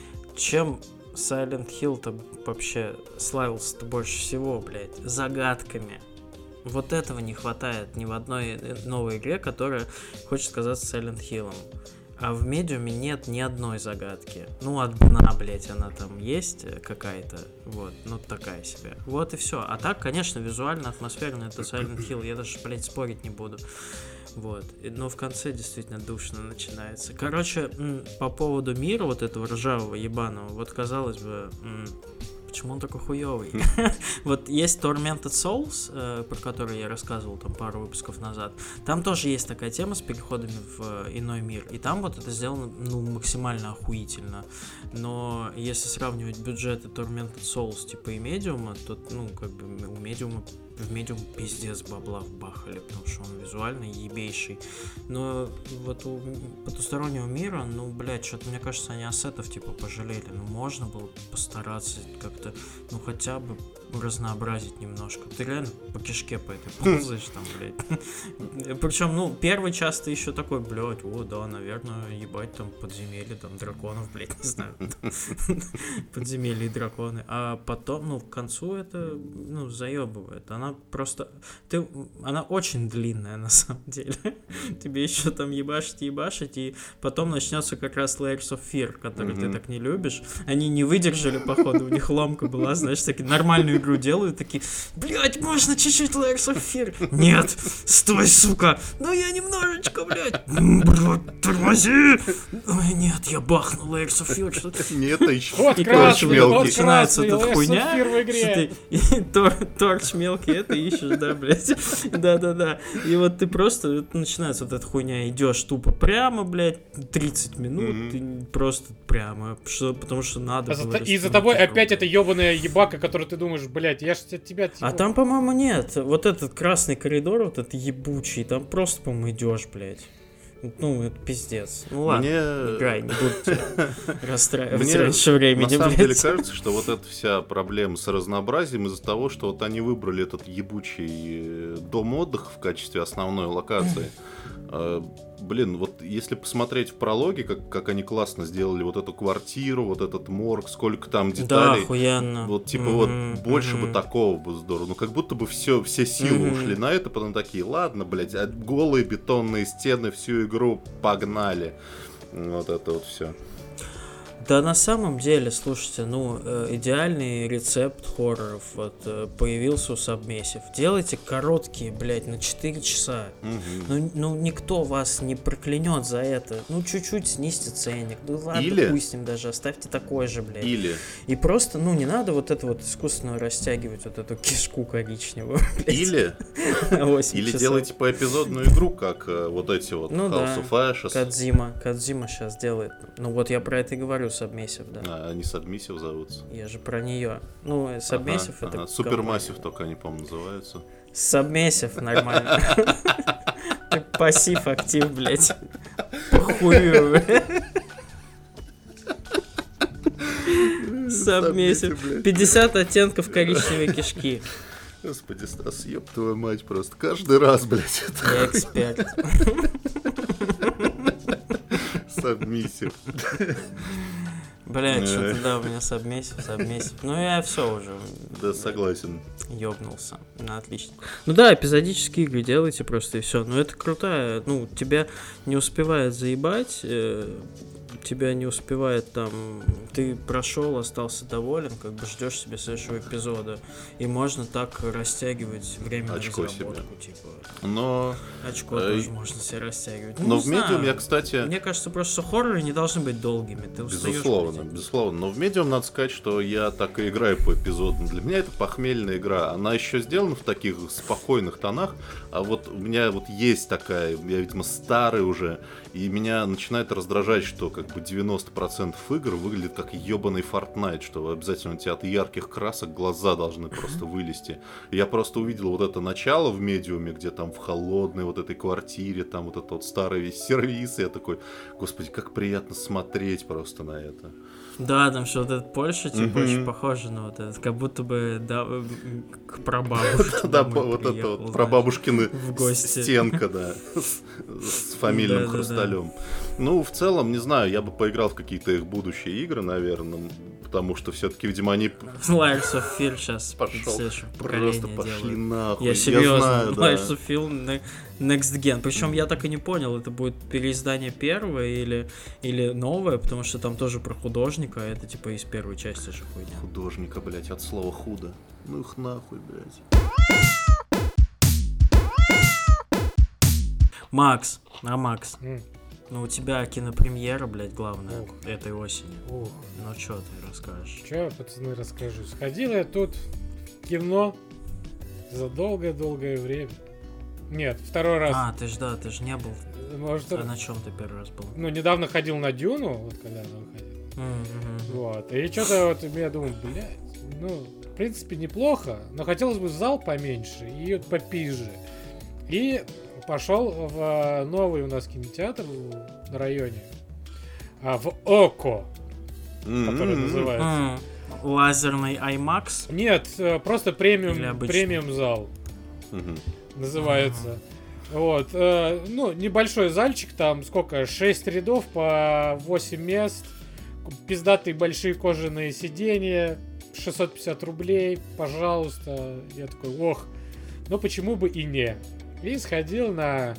чем Silent Hill-то вообще славился-то больше всего, блядь? Загадками. Вот этого не хватает ни в одной новой игре, которая хочет казаться Silent Hill'ом. А в медиуме нет ни одной загадки. Ну, одна, блять, она там есть какая-то. Вот, ну такая себе. Вот и все. А так, конечно, визуально, атмосферно это Silent Hill. Я даже, блять, спорить не буду. Вот. Но в конце действительно душно начинается. Короче, м, по поводу мира вот этого ржавого ебаного, вот казалось бы, м, почему он такой хуёвый? Вот есть Tormented Souls, э, про который я рассказывал там пару выпусков назад. Там тоже есть такая тема с переходами в э, иной мир. И там вот это сделано, ну, максимально охуительно. Но если сравнивать бюджеты Tormented Souls типа и Медиума, то, ну, как бы у Медиума в Медиум пиздец бабла вбахали, потому что он визуально ебейший. Но вот у потустороннего мира, ну, блядь, что-то, мне кажется, они ассетов типа пожалели. Ну, можно было постараться как-то, ну, хотя бы разнообразить немножко. Ты реально по кишке по этой ползаешь там, блядь. Причем, ну, первый час ты еще такой, блядь, о, да, наверное, ебать там подземелье, там драконов, блядь, не знаю. Подземелья и драконы. А потом, ну, к концу это, ну, заебывает. Она просто... Ты... Она очень длинная, на самом деле. Тебе еще там ебашить, ебашить, и потом начнется как раз Layers of Fear, который ты так не любишь. Они не выдержали, походу, у них ломка была, знаешь, такие нормальную игру делают, такие, блядь, можно чуть-чуть Layers of Fear? Нет, стой, сука, ну я немножечко, блядь, блядь, тормози. Ой, нет, я бахну Layers of Fear, что ты... Нет, это еще Вот И красный, короче, вот начинается красный, вот эта Layers of хуйня, Fear в игре. что ты- и тор- торч мелкий, это ищешь, да, блядь, да-да-да, и вот ты просто, вот начинается вот эта хуйня, идешь тупо прямо, блядь, тридцать минут, ты просто прямо, что, потому что надо А за- было И за растянуть тобой игру, опять блядь. эта ебаная ебака, которую ты думаешь, блядь, я ж от тебя... А там, по-моему, нет. Вот этот красный коридор, вот этот ебучий, там просто, по-моему, идешь, блядь. Ну, это пиздец. Ну ладно, Мне... играй, не буду тебя расстраивать Мне раньше времени, на самом блядь. деле кажется, что вот эта вся проблема с разнообразием из-за того, что вот они выбрали этот ебучий дом отдыха в качестве основной локации. А, блин, вот если посмотреть в прологе, как, как они классно сделали вот эту квартиру, вот этот морг, сколько там Да, деталей. охуенно. Вот типа Мгм, вот больше мгм. бы такого бы здорово. Ну как будто бы все, все силы Мгм. ушли на это, потом такие, ладно, блядь, а голые бетонные стены всю игру погнали. Вот это вот все. Да на самом деле, слушайте, ну, э, идеальный рецепт хорроров вот э, появился у Submissive. Делайте короткие, блядь, на четыре часа. Мгм. Ну, ну, никто вас не проклянет за это. Ну, чуть-чуть снизьте ценник. Ну, ладно, Или- пусть с ним даже, оставьте такой же, блядь. Или, И просто, ну, не надо вот это вот искусственно растягивать вот эту кишку коричневую, блядь, или, на восемь или часов. делайте поэпизодную игру, как э, вот эти вот Ну House да. of Ashes. Кодзима, Кодзима сейчас делает. Ну, вот я про это и говорю, Submissive, да. А, они Submissive зовутся. Я же про нее. Ну, э, Submissive Ага, это... ага. Supermassive только они, по-моему, называются. Submissive нормально. Ты пассив-актив, блядь. Похую. Submissive. пятьдесят оттенков коричневой кишки. Господи, Стас, ёб твою мать, просто каждый раз, блядь, это Я эксперт. Submissive. Блядь, что-то да, у меня Submissive, Submissive. Ну, я все уже Да, согласен. ёбнулся. Ну, отлично. Ну да, эпизодические игры делайте просто и все. Ну, это крутая. Ну, тебя не успевает заебать, э, тебя не успевает там... Ты прошел, остался доволен, как бы ждешь себе следующего эпизода. И можно так растягивать время на Очко разработку, типа. Но, Очко Э, тоже можно себе растягивать. Ну, но не в Medium знаю. я, кстати... Мне кажется, просто что хорроры не должны быть долгими. Ты устаешь. Безусловно, безусловно. Но в Medium надо сказать, что я так и играю по эпизодам. Для меня это похмельная игра. Она еще сделана в таких спокойных тонах. А вот у меня вот есть такая, я, видимо, старый уже. И меня начинает раздражать, что как бы девяносто процентов игр выглядит как ебаный Fortnite, что обязательно у тебя от ярких красок глаза должны просто вылезти. И я просто увидел вот это начало в Медиуме, где там в холодной вот этой квартире, там вот этот вот старый весь сервис. И я такой, господи, как приятно смотреть просто на это. Да, там что вот этот Польша, типа, Мгм. очень похоже на вот этот, как будто бы, да, м, к прабабушке Да, домой вот это приехал, вот знаешь. прабабушкины в гости. стенка, да, с с фамильным Да-да-да. хрусталем. Ну, в целом, не знаю, я бы поиграл в какие-то их будущие игры, наверное, потому что все-таки, видимо, они Layers of Fear сейчас Пошел. следующего просто поколения пошли делают. нахуй. Я серьезно, знаю, да. Layers of Fear ne- Next Gen. Причем я так и не понял, это будет переиздание первое или, или новое, потому что там тоже про художника, а это типа из первой части же хуйня. Художника, блядь, от слова худо. Ну их нахуй, блядь. Макс, а Макс, М, ну у тебя кинопремьера, блядь, главная Ух. этой осенью. Ух, Ну что ты расскажешь? что, пацаны, расскажу. Сходил я тут в кино за долгое-долгое время. Нет, второй раз. А, ты ж да, ты же не был. Может, А на чем ты первый раз был? ну, недавно ходил на Дюну, вот когда она выходила. М-м-м. Вот. И что-то вот я думаю, блядь, ну, в принципе, неплохо, но хотелось бы зал поменьше и вот попиже. И пошел в э, новый у нас кинотеатр в- на районе. А, в Око, который М-м-м. называется. М, Лазерный IMAX? Нет, э, просто Или премиум, обычный? премиум зал Мгм. называется. Вот. э, ну, небольшой зальчик, там сколько? шесть рядов по восемь мест. Пиздатые большие кожаные сиденья. шестьсот пятьдесят рублей, пожалуйста. Я такой, ох, ну почему бы и не. И сходил на,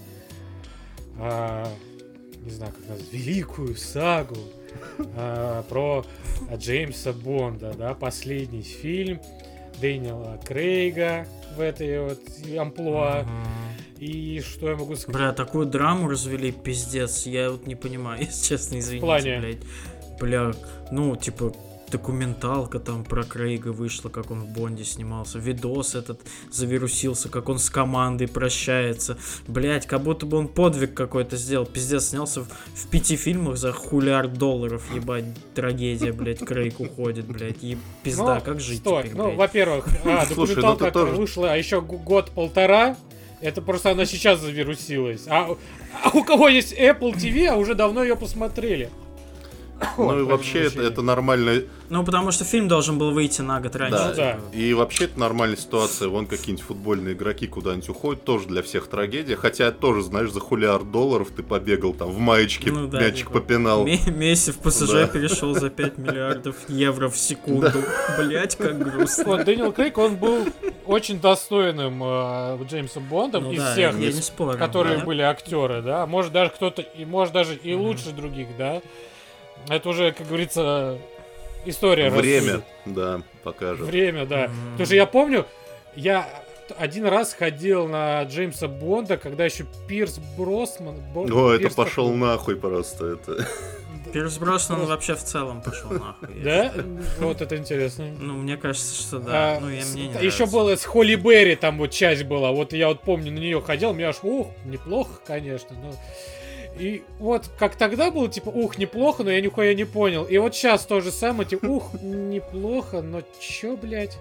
а, не знаю, как назвать, великую сагу а, про Джеймса Бонда, да, последний фильм Дэниела Крейга в этой вот амплуа. Мгм. И что я могу сказать? Бля, такую драму развели, пиздец, я вот не понимаю, если честно, извините, плане? блядь. Бля, ну, типа, документалка там про Крейга вышла, как он в Бонде снимался, видос этот завирусился, как он с командой прощается. Блять, как будто бы он подвиг какой-то сделал. Пиздец, снялся в, в пяти фильмах за хулиард долларов, ебать, трагедия, блядь, Крейг уходит, блядь, и пизда, Ну, как жить стой. теперь, Ну, блядь? во-первых, а, Слушай, ну документалка ты тоже- вышла а еще г- год-полтора. Это просто она сейчас завирусилась. А, а у кого есть Apple ти ви, а уже давно ее посмотрели. Ну и Вот, вообще это, прошу это нормально. Ну, потому что фильм должен был выйти на год раньше. Да. Ну да. И вообще это нормальная ситуация. Вон какие-нибудь футбольные игроки куда-нибудь уходят, тоже для всех трагедия. Хотя тоже, знаешь, за хулиард долларов ты побегал там в маечке, Ну да, мячик типа, попинал. Ме- Месси в ПСЖ Да. перешел за пять миллиардов евро в секунду. Блять, как грустно. Вот Дэниел Крейг, он был очень достойным э, Джеймсом Бондом Ну из да, всех, я не спорю. которые да. были актеры, да. Может даже кто-то, и может даже и Мгм. лучше других, да. Это уже, как говорится, история. Время, рассудит. да, покажет. Время, да. Mm-hmm. Потому что я помню, я один раз ходил на Джеймса Бонда, когда еще Пирс Броснан... Бо... О, Пирс это пошел такой... нахуй просто. Это. Пирс Броснан просто... вообще в целом пошел нахуй. Да? Вот это интересно. Ну, мне кажется, что да. А, ну, я, мне не еще было с Холли Берри, там вот часть была. Вот я вот помню, на нее ходил, мне аж, ух, неплохо, конечно, но... И вот как тогда было, типа, ух, неплохо, но я нихуя не понял. И вот сейчас то же самое, типа, ух, неплохо, но чё, блядь?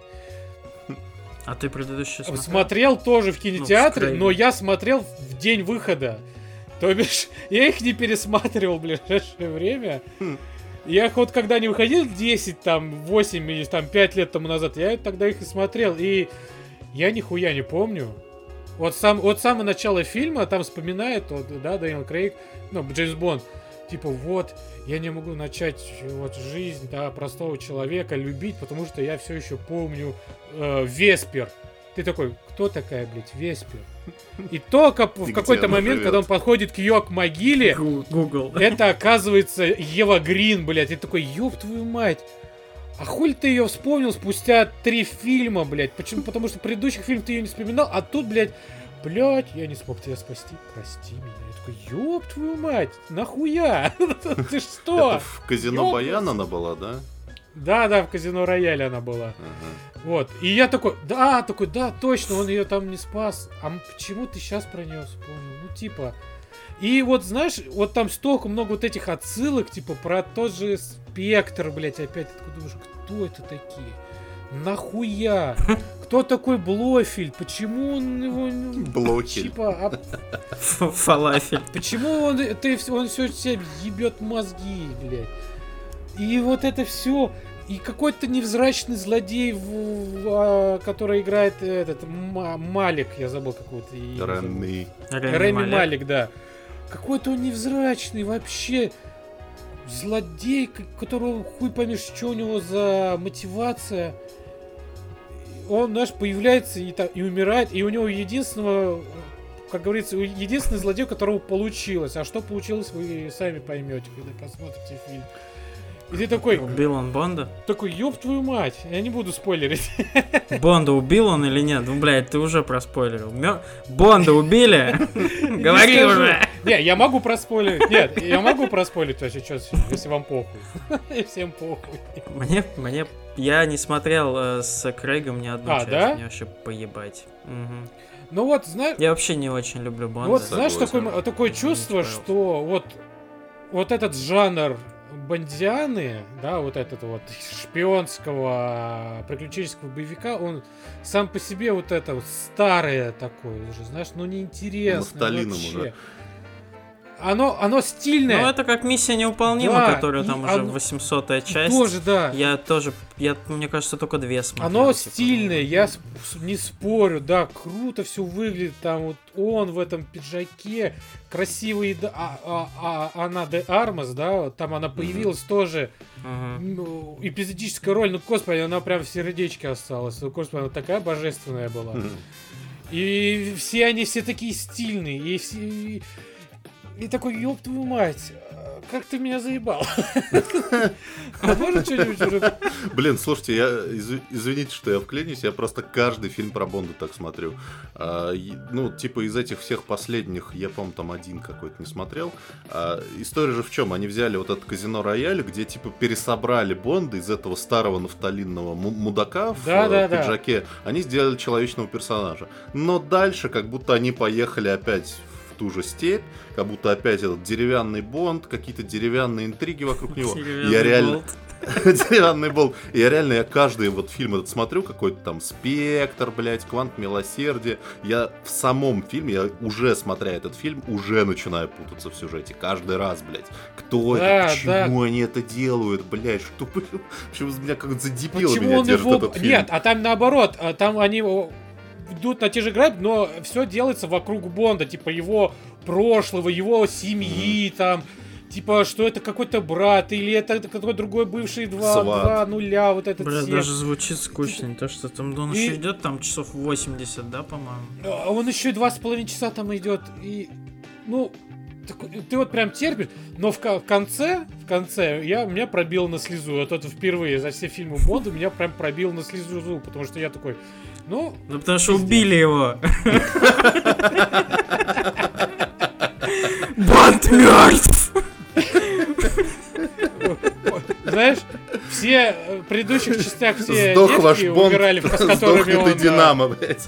А ты предыдущий смотрел? Смотрел тоже в кинотеатре, ну, в но я смотрел в день выхода. То бишь, я их не пересматривал в ближайшее время. Хм. Я вот когда они выходили десять, там, восемь или там пять лет тому назад, я тогда их и смотрел. И я нихуя не помню. Вот, сам, вот самое начало фильма, там вспоминает, вот, да, Дэниел Крейг, ну, Джеймс Бонд, типа, вот, я не могу начать вот жизнь, да, простого человека любить, потому что я все еще помню э, Веспер. Ты такой, кто такая, блядь, Веспер? И только в какой-то момент, живет? Когда он подходит к ее к могиле, Google. Это оказывается Ева Грин, блядь, и такой, ёб твою мать. А хуй ты ее вспомнил спустя три фильма, блядь? Почему? Потому что в предыдущих фильмах ты ее не вспоминал, а тут, блядь, блядь, я не смог тебя спасти, прости меня. Я такой, ёб твою мать, нахуя? Ты что? Это в казино Баян она была, да? Да, да, в казино Рояле она была. Вот. И я такой, да, такой, да, точно, он ее там не спас. А почему ты сейчас про нее вспомнил? Ну, типа... И вот, знаешь, вот там столько много вот этих отсылок, типа, про тот же Спектр, блядь, опять. Ты такой думаешь, кто это такие? Нахуя? Кто такой Блофельд? Почему он его... Блофельд. Типа, а... Фалафель. Почему он, ты, он все себе ебет мозги, блядь? И вот это все... И какой-то невзрачный злодей, в, в, в, который играет этот М- Малик, я забыл какого-то имя. Рэми. Рэми Малик. Малик, да. Какой-то он невзрачный вообще. Злодей, которого хуй поймешь, что у него за мотивация. Он, знаешь, появляется и, и умирает, и у него единственного, как говорится, единственный злодей, у которого получилось. А что получилось, вы сами поймете, когда посмотрите фильм. И ты такой... Убил он Бонда? Такой, ёб твою мать, я не буду спойлерить. Бонда убил он или нет? Ну, блядь, ты уже проспойлерил. Мё... Бонда убили? Говори уже! Не, я могу проспойлерить. Нет, я могу проспойлерить вообще, если вам похуй. Всем похуй. Мне, мне... Я не смотрел э, с Крейгом ни одну а, часть. Да? Мне вообще поебать. Угу. Ну вот, знаешь... Я вообще не очень люблю Бонда. Вот, знаешь, такое, такое чувство, что вот, вот этот жанр бондианы, да, вот этот вот шпионского приключенческого боевика, он сам по себе вот это вот старое такое уже, знаешь, ну неинтересно вообще. Уже. Оно, оно стильное. Ну, это как «Миссия невыполнима», да, которая там уже оно... восьмисотая часть. Тоже, да. Я тоже, я, мне кажется, только две смотрел. Оно типа, стильное, я не спорю, да, круто все выглядит. Там вот он в этом пиджаке, красивый, да, а, а, а, Анна де Армас, да, там она появилась mm-hmm. тоже. Uh-huh. Ну, эпизодическая роль, ну, господи, она прям в сердечке осталась. Ну, господи, она такая божественная была. Mm-hmm. И все они все такие стильные, и все... И такой, ёб твою мать, как ты меня заебал. А может что-нибудь уже... Блин, слушайте, я из- извините, что я вклинюсь, я просто каждый фильм про Бонда так смотрю. А, ну, типа из этих всех последних, я, по-моему, там один какой-то не смотрел. А, история же в чем? Они взяли вот это казино Рояль, где типа пересобрали Бонда из этого старого нафталинного м- мудака в да, да, пиджаке. Да. Они сделали человечного персонажа. Но дальше как будто они поехали опять в ту же степь, как будто опять этот деревянный Бонд, какие-то деревянные интриги вокруг него. Я реально... Деревянный болт. Я реально, я каждый вот фильм этот смотрю, какой-то там Спектр, блядь, Квант Милосердия. Я в самом фильме, я уже смотря этот фильм, уже начинаю путаться в сюжете. Каждый раз, блядь. Кто да, это? Почему да. они это делают, блядь? Что, почему меня как за дебила меня держит его... этот фильм? Нет, а там наоборот, там они... идут на те же грабь, но все делается вокруг Бонда, типа его прошлого, его семьи, mm-hmm. там, типа, что это какой-то брат, или это какой-то другой бывший два, два нуля, вот этот Бля, всех. даже звучит скучно, не то, что там, он и... еще идет там часов восемьдесят, да, по-моему? А он еще и два с половиной часа там идет, и, ну, ты вот прям терпишь, но в конце, в конце я, меня пробило на слезу. Вот это впервые за все фильмы Бонда меня прям пробило на слезу, потому что я такой, ну... Ну, потому что убили его. Бонд мертв! Знаешь, все в предыдущих частях все Сдох девки ваш Бонд, умирали, с которыми он... Динамо, блядь.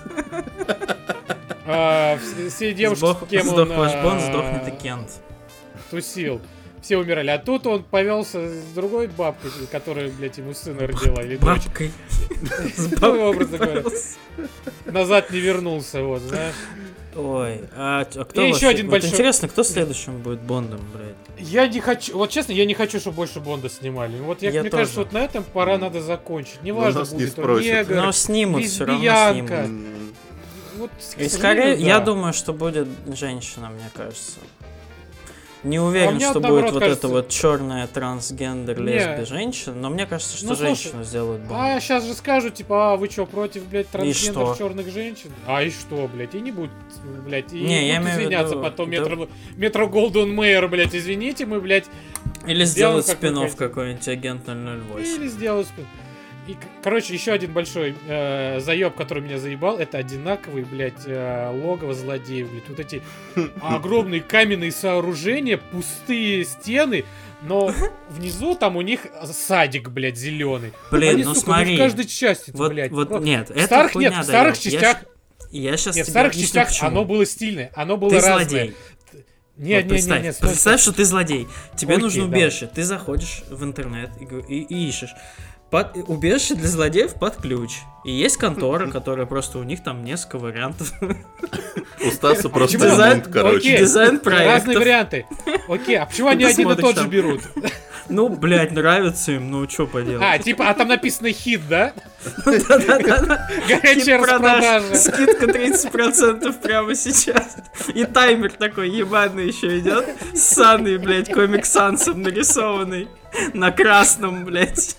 А, все девушки, Сдох, с кем сдох он ваш Бонд, а, сдохнет и Кент. тусил. Все умирали. А тут он повелся с другой бабкой, которая, блядь, ему сына родила. Или бабкой. С бабкой, образно говоря. Назад не вернулся, вот, знаешь. Ой, а, а кто и вообще? еще один вот большой... Интересно, кто следующим будет Бондом, блядь? Я не хочу, вот честно, я не хочу, чтобы больше Бонда снимали. Вот я, Я мне тоже. кажется, вот на этом пора надо закончить. Неважно, нас не будет он спросят. негр, Но снимут, все равно лесбиянка. снимут. Вот, к И сожалению, скорее, я да. думаю, что будет женщина, мне кажется. Не А уверен, мне что вот будет наоборот вот кажется- эта вот черная трансгендер Не. лесби женщина, но мне кажется, что Ну, слушай, женщину сделают А Бондом. сейчас же скажут, типа, а вы что, против, блядь, что? трансгендер черных женщин? А и что, блядь, и не будут, блядь, и Не, я будут имею в извиняться виду, потом да. метро, метро Голден Мэйр, блядь, извините, мы, блядь, Или сделаем, сделают как вы спин-офф хотите. какой-нибудь агент ноль ноль восемь. или сделают спин. И, к- короче, еще один большой э, заеб, который меня заебал, это одинаковые, блядь, э, логово злодеев, блядь. Вот эти огромные каменные сооружения, пустые стены, но внизу там у них садик, блядь, зеленый. Блин, Они, ну сука, смотри. в каждой части, Вот, блядь. вот просто- нет, в это старых, хуйня нет, в старых даёт. Я частях, щ- Я сейчас нет, в тебе старых объясню, частях почему. оно было стильное, оно было Ты разное. злодей. Не, Вот не, представь, не, не, стой, представь, стой. что ты злодей. Тебе Окей, нужно давай. убежище. Ты заходишь в интернет и, го- и- и ищешь. Под, убежище для злодеев под ключ. И есть контора, которая просто у них там несколько вариантов. У Стаса просто Почему? ремонт, короче. Окей, Дизайн разные проектов. варианты. Окей, а почему они Ты один и смотришь тот же там. берут? Ну, блядь, нравится им, ну что А, поделать. типа, а там написано хит, да? Да-да-да. Горячая распродажа. Скидка тридцать процентов прямо сейчас. И таймер такой ебаный еще идет. С Саной, блядь, комик Сансом нарисованный. На красном, блядь.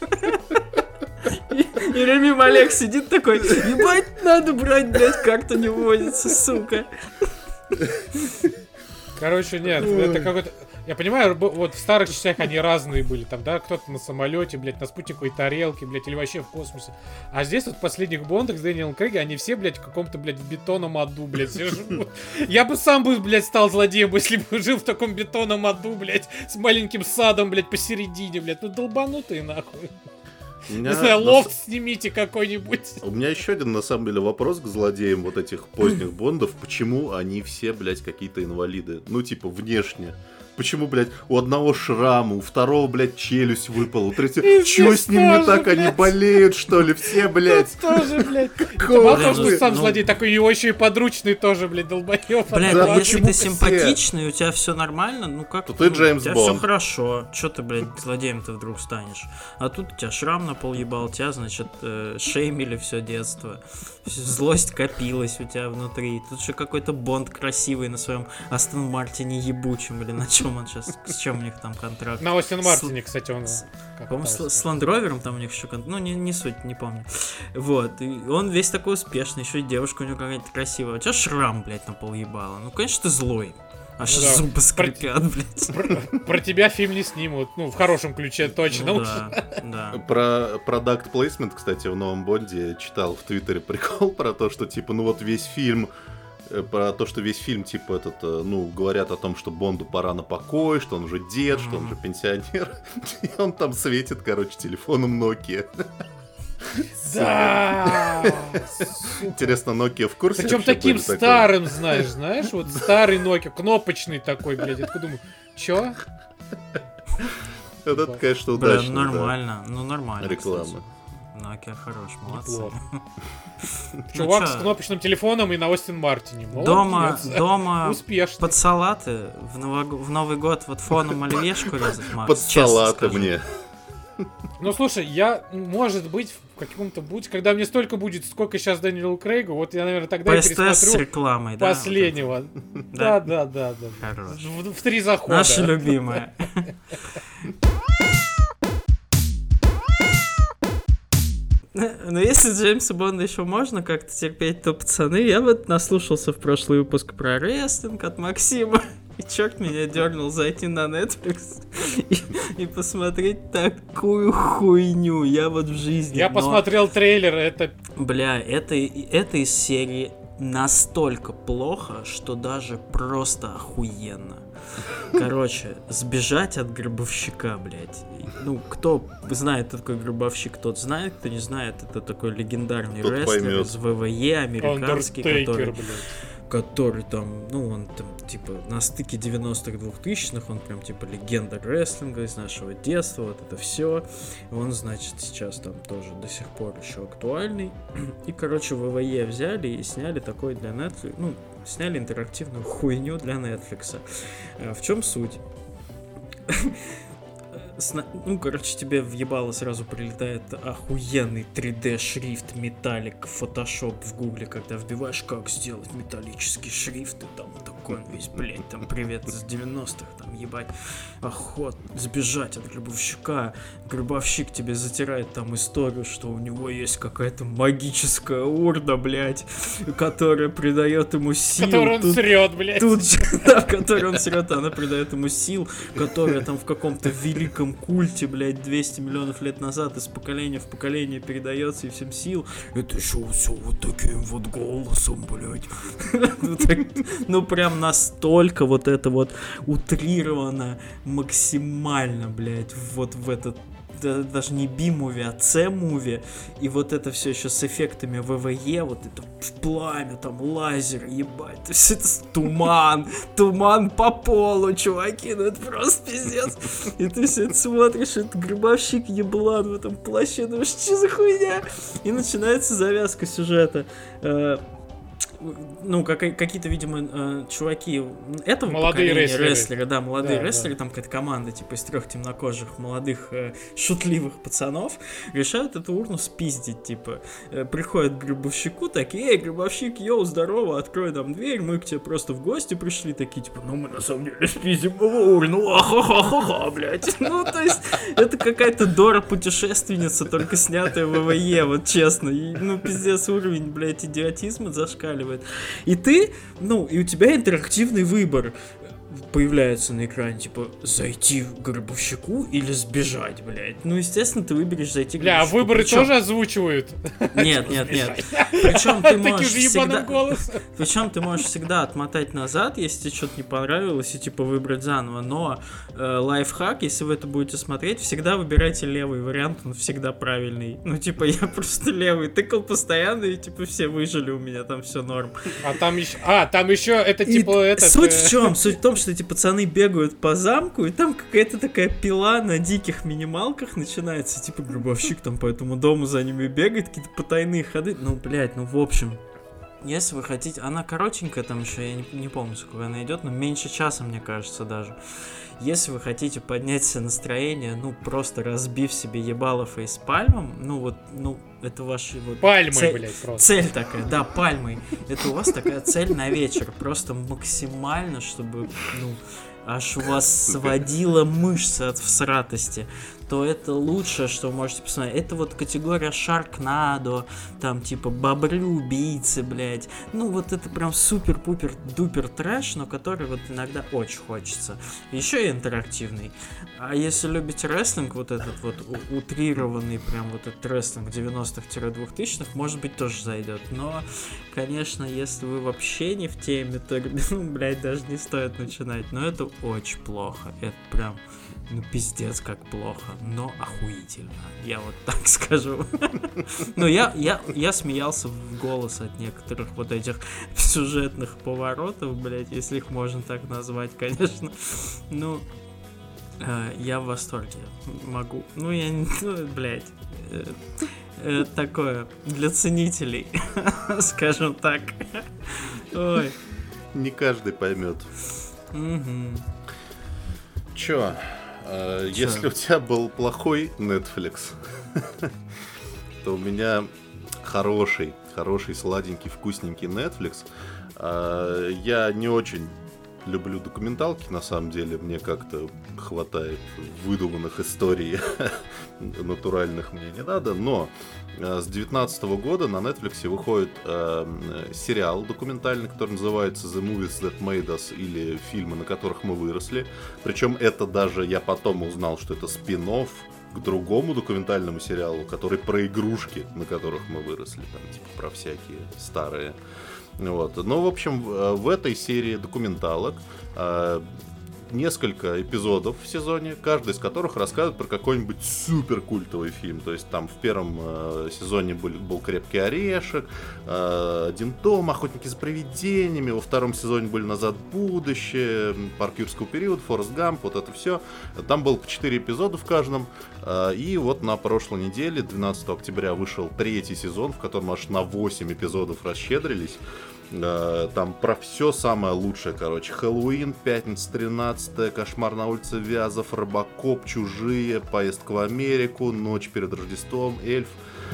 И, и Реми Малек сидит такой, ебать, надо брать, блядь, карта не вводится, сука. Короче, нет, это какой-то... Я понимаю, б- вот в старых частях они разные были, там, да, кто-то на самолете, блядь, на спутниковой тарелке, блядь, или вообще в космосе. А здесь вот в последних Бондах с Дэниелом Крейгом, они все, блядь, в каком-то, блядь, в бетонном аду, блядь, все живут. Я бы сам бы, блядь, стал злодеем, если бы жил в таком бетонном аду, блядь, с маленьким садом, блядь, посередине, блядь. Ну, долбанутые, нахуй. У меня Не знаю, на лофт снимите какой-нибудь. У меня еще один, на самом деле, вопрос к злодеям вот этих поздних Бондов. Почему они все, блядь, какие-то инвалиды? Ну, типа, внешне. Почему, блядь, у одного шрама, у второго, блядь, челюсть выпала, у третьего... И Чё здесь с ним не тоже, так? Они блядь. болеют, что ли? Все, блядь. Тут тоже, блядь. Какого Мало Блин, того, что ну, сам ну- злодей, такой его еще и подручный тоже, блядь, долбоёб. Блядь, Да, ну Ладно. если почему ты все? симпатичный, у тебя все нормально, ну как То ты ну, Джеймс у тебя Бонд. все хорошо. Че ты, блядь, злодеем-то вдруг станешь? А тут у тебя шрам на пол ебал, тебя, значит, э, шеймили все детство. Злость копилась у тебя внутри. Тут же какой-то Бонд красивый на своем Астон Мартине ебучем, или на чем он сейчас, с чем у них там контракт? На Остин Мартине, кстати, он... с- как По-моему, это с, с Land Rover'ом там у них еще контракт. Ну, не, не суть, не помню. Вот. И он весь такой успешный, еще и девушка у него какая-то красивая. У тебя шрам, блядь, на пол ебала. Ну, конечно, ты злой. Аж Ну да. зубы скрипят, блядь. Про, про тебя фильм не снимут. Ну, в хорошем ключе точно. Ну уж. да, да. Про продакт плейсмент, кстати, в новом Бонде читал в Твиттере прикол про то, что, типа, ну вот весь фильм, э, про то, что весь фильм, типа, этот, э, ну, говорят о том, что Бонду пора на покой, что он уже дед, что он уже пенсионер, и он там светит, короче, телефоном Nokia. Да! Интересно, Nokia в курсе? Причем вообще таким были такое? старым, знаешь, знаешь, вот старый Nokia, кнопочный такой, блядь. Я такой думаю, чё? Это, конечно, Бля, удачно. ну да. нормально, ну нормально. Реклама. кстати. Nokia хорош, молодцы. Неплохо. Ну Чувак чё? с кнопочным телефоном и на Остин Мартине. Дома, Молодец. дома Успешно. под салаты в, Новог- в Новый год вот фоном оливьешку резать, Макс, Под честно салаты скажу. мне. Ну, слушай, я, может быть, в каком-то будь, когда мне столько будет, сколько сейчас Дэниелу Крейгу, вот я, наверное, тогда По и СТС с пересмотрю рекламой, да? последнего. Да, да, да, да. Хорош. В, в три захода. Наша любимая. Но если Джеймса Бонда еще можно как-то терпеть, то, пацаны, я вот наслушался в прошлый выпуск про рестлинг от Максима. И черт меня дернул зайти на Netflix и, и посмотреть такую хуйню. Я вот в жизни... Я но... посмотрел трейлер, это... Бля, это, это из серии настолько плохо, что даже просто охуенно. Короче, сбежать от гробовщика, блядь. Ну, кто знает, кто такой гробовщик, тот знает, кто не знает, это такой легендарный тот рестлер поймет. из ВВЕ, американский, который, блядь. который там, ну, он там, типа, на стыке девяностых, двухтысячных, он прям, типа, легенда рестлинга из нашего детства, вот это все. Он, значит, сейчас там тоже до сих пор еще актуальный. И, короче, ВВЕ взяли и сняли такой для Netflix, ну, сняли интерактивную хуйню для Netflix. В чем суть? Ну, короче, тебе въебало сразу прилетает охуенный три дэ шрифт металлик Photoshop в гугле, когда вбиваешь, как сделать металлический шрифт, и там такой он весь, блядь, там привет из девяностых, там ебать, охот, сбежать от гробовщика. Гробовщик тебе затирает там историю, что у него есть какая-то магическая урна, блядь, которая придает ему сил. Которую он тут, срет, блядь. Тут же, да, в которой он срет, она придает ему сил, которая там в каком-то великом культе, блядь, двести миллионов лет назад из поколения в поколение передается и всем сил. Это еще все вот таким вот голосом, блядь. Ну, прям настолько вот это вот утрировано максимально, блядь, вот в этот даже не би-муви, а C-муви, и вот это все еще с эффектами ВВЕ, вот это пламя, там лазер, ебать, то есть это туман, туман по полу, чуваки, ну это просто пиздец. И ты все это смотришь, это гробовщик еблан в этом плаще, думаешь, что за хуйня? И начинается завязка сюжета. Ну, как, какие-то, видимо, э, чуваки этого молодые поколения рестлеры. рестлеры, да, молодые да, рестлеры, да. Там какая-то команда, типа, из трех темнокожих, молодых, э, шутливых пацанов, решают эту урну спиздить, типа, э, приходят к гробовщику, такие, эй, гробовщик, йоу, здорово, открой нам дверь, мы к тебе просто в гости пришли, такие, типа, ну, мы на самом деле спиздим его урну, ахахахаха, блядь. Ну, то есть, это какая-то Дора-путешественница, только снятая в ВВЕ, вот честно, и, ну, пиздец, уровень, блядь, идиотизма зашкаливает. И ты, ну, и у тебя интерактивный выбор появляется на экране, типа, зайти к гробовщику или сбежать, блядь. Ну, естественно, ты выберешь зайти к Бля, а гробовщику. выборы Причем... тоже озвучивают? Нет, нет, нет. Причем ты можешь Таким же ебаным всегда... голосом. Причем ты можешь всегда отмотать назад, если тебе что-то не понравилось, и типа выбрать заново. Но э, лайфхак, если вы это будете смотреть, всегда выбирайте левый вариант, он всегда правильный. Ну, типа, я просто левый тыкал постоянно, и типа все выжили у меня, там все норм. А там еще... А, там еще это И типа... этот, суть э, в чем? Суть в том, что эти пацаны бегают по замку, и там какая-то такая пила на диких минималках начинается. Типа гробовщик там по этому дому за ними бегает, какие-то потайные ходы. Ну, блядь, ну в общем... Если вы хотите... Она коротенькая там еще, я не, не помню, сколько она идет, но меньше часа, мне кажется, даже. Если вы хотите поднять себе настроение, ну, просто разбив себе ебало фейспальмом, ну, вот, ну, это ваша вот... Пальмой, цель, блядь, просто. Цель такая, да, пальмой. Это у вас такая цель на вечер, просто максимально, чтобы, ну, аж у вас сводила мышцы от всратости, то это лучшее, что вы можете посмотреть. Это вот категория Шаркнадо, там типа бобры-убийцы, блядь. Ну вот это прям супер-пупер-дупер трэш, но который вот иногда очень хочется. Еще и интерактивный. А если любите рестлинг, вот этот вот утрированный прям вот этот рестлинг девяностых-двухтысячных, может быть, тоже зайдет. Но, конечно, если вы вообще не в теме, то, ну, блядь, даже не стоит начинать. Но это очень плохо. Это прям... Ну, пиздец, как плохо, но охуительно, я вот так скажу. Ну, я, я, я смеялся в голос от некоторых вот этих сюжетных поворотов, блядь, если их можно так назвать, конечно. Ну, э, я в восторге, могу. Ну, я не... Ну, блядь, э, э, такое, для ценителей, скажем так. Ой. Не каждый поймет. Угу. Чё? Uh, если у тебя был плохой Netflix, то у меня хороший, хороший, сладенький, вкусненький Netflix. Uh, я не очень люблю документалки, на самом деле. Мне как-то хватает выдуманных историй, натуральных мне не надо. Но с две тысячи девятнадцатого года на Netflix выходит э, сериал документальный, который называется The Movies That Made Us, или фильмы, на которых мы выросли. Причем это даже я потом узнал, что это спин-офф к другому документальному сериалу, который про игрушки, на которых мы выросли, там, типа, про всякие старые. Вот. Ну, в общем, в этой серии документалок э, несколько эпизодов в сезоне, каждый из которых рассказывает про какой-нибудь супер культовый фильм. То есть там в первом э, сезоне был, был «Крепкий орешек», э, «Один дом», «Охотники за привидениями», во втором сезоне были «Назад в будущее», «Парк юрского периода», «Форрест Гамп», вот это все. Там было по четыре эпизода в каждом. Э, и вот на прошлой неделе, двенадцатого октября, вышел третий сезон, в котором аж на восемь эпизодов расщедрились. Там про все самое лучшее, короче. Хэллоуин, Пятница тринадцатая, Кошмар на улице Вязов, Робокоп, Чужие, Поездка в Америку, Ночь перед Рождеством, Эльф.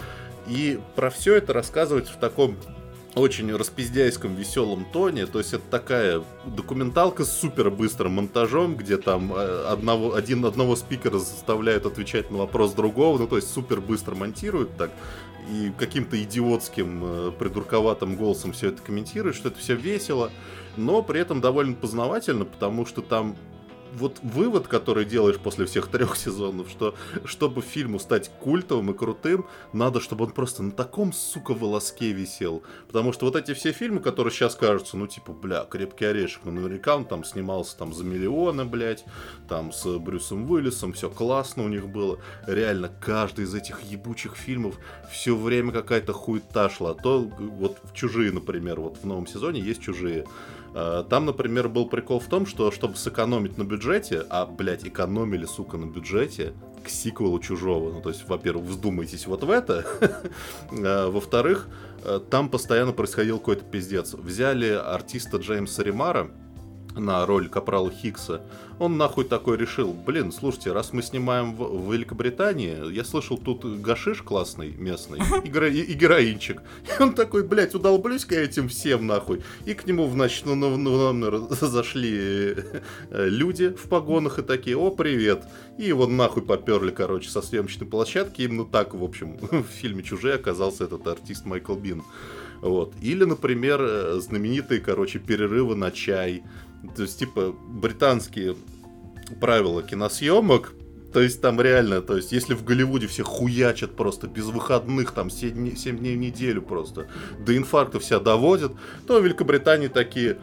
И про все это рассказывается в таком очень распиздяйском веселом тоне. То есть это такая документалка с супер быстрым монтажом, где там одного, один, одного спикера заставляют отвечать на вопрос другого. Ну то есть супер быстро монтируют так. И каким-то идиотским, придурковатым голосом все это комментирует, что это все весело, но при этом довольно познавательно, потому что там вот вывод, который делаешь после всех трех сезонов, что чтобы фильму стать культовым и крутым, надо, чтобы он просто на таком, сука, волоске висел. Потому что вот эти все фильмы, которые сейчас кажутся, ну, типа, бля, «Крепкий орешек», ну, наверняка он там снимался там за миллионы, блядь, там с Брюсом Уиллисом, все классно у них было. Реально, каждый из этих ебучих фильмов все время какая-то хуета шла. То вот в «Чужие», например, вот в новом сезоне есть «Чужие». Там, например, был прикол в том, что чтобы сэкономить на бюджете, а, блядь, экономили, сука, на бюджете к сиквелу «Чужого». Ну, то есть, во-первых, вздумайтесь вот в это. Во-вторых, там постоянно происходил какой-то пиздец. Взяли артиста Джеймса Ремара на роль капрала Хиггса. Он нахуй такой решил: блин, слушайте, раз мы снимаем в, в Великобритании, я слышал, тут гашиш классный местный и, геро, и, и героинчик. И он такой: блять, удолблюсь-ка этим всем нахуй. И к нему, значит, на номер зашли люди в погонах и такие: о, привет. И его нахуй поперли, короче, со съемочной площадки. Именно так, в общем, в фильме «Чужие» оказался этот артист Майкл Бин. Вот. Или, например, знаменитые, короче, перерывы на чай. То есть, типа, британские правила киносъемок. То есть, там реально, то есть, если в Голливуде все хуячат просто без выходных, там, семь дней, семь дней в неделю просто, до инфаркта вся доводят, то в Великобритании такие: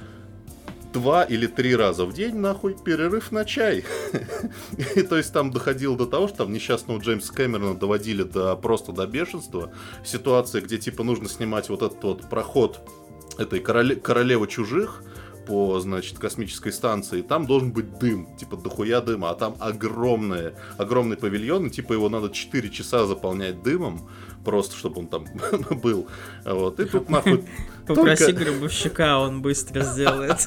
два или три раза в день, нахуй, перерыв на чай. И то есть там доходило до того, что там несчастного Джеймса Кэмерона доводили до просто до бешенства. Ситуация, где типа нужно снимать вот этот вот проход этой короле- королевы чужих по, значит, космической станции, там должен быть дым, типа дохуя дыма, а там огромные, огромный павильон, и типа его надо четыре часа заполнять дымом, просто чтобы он там был. Вот, и тут нахуй... Попроси гробовщика, он быстро сделает.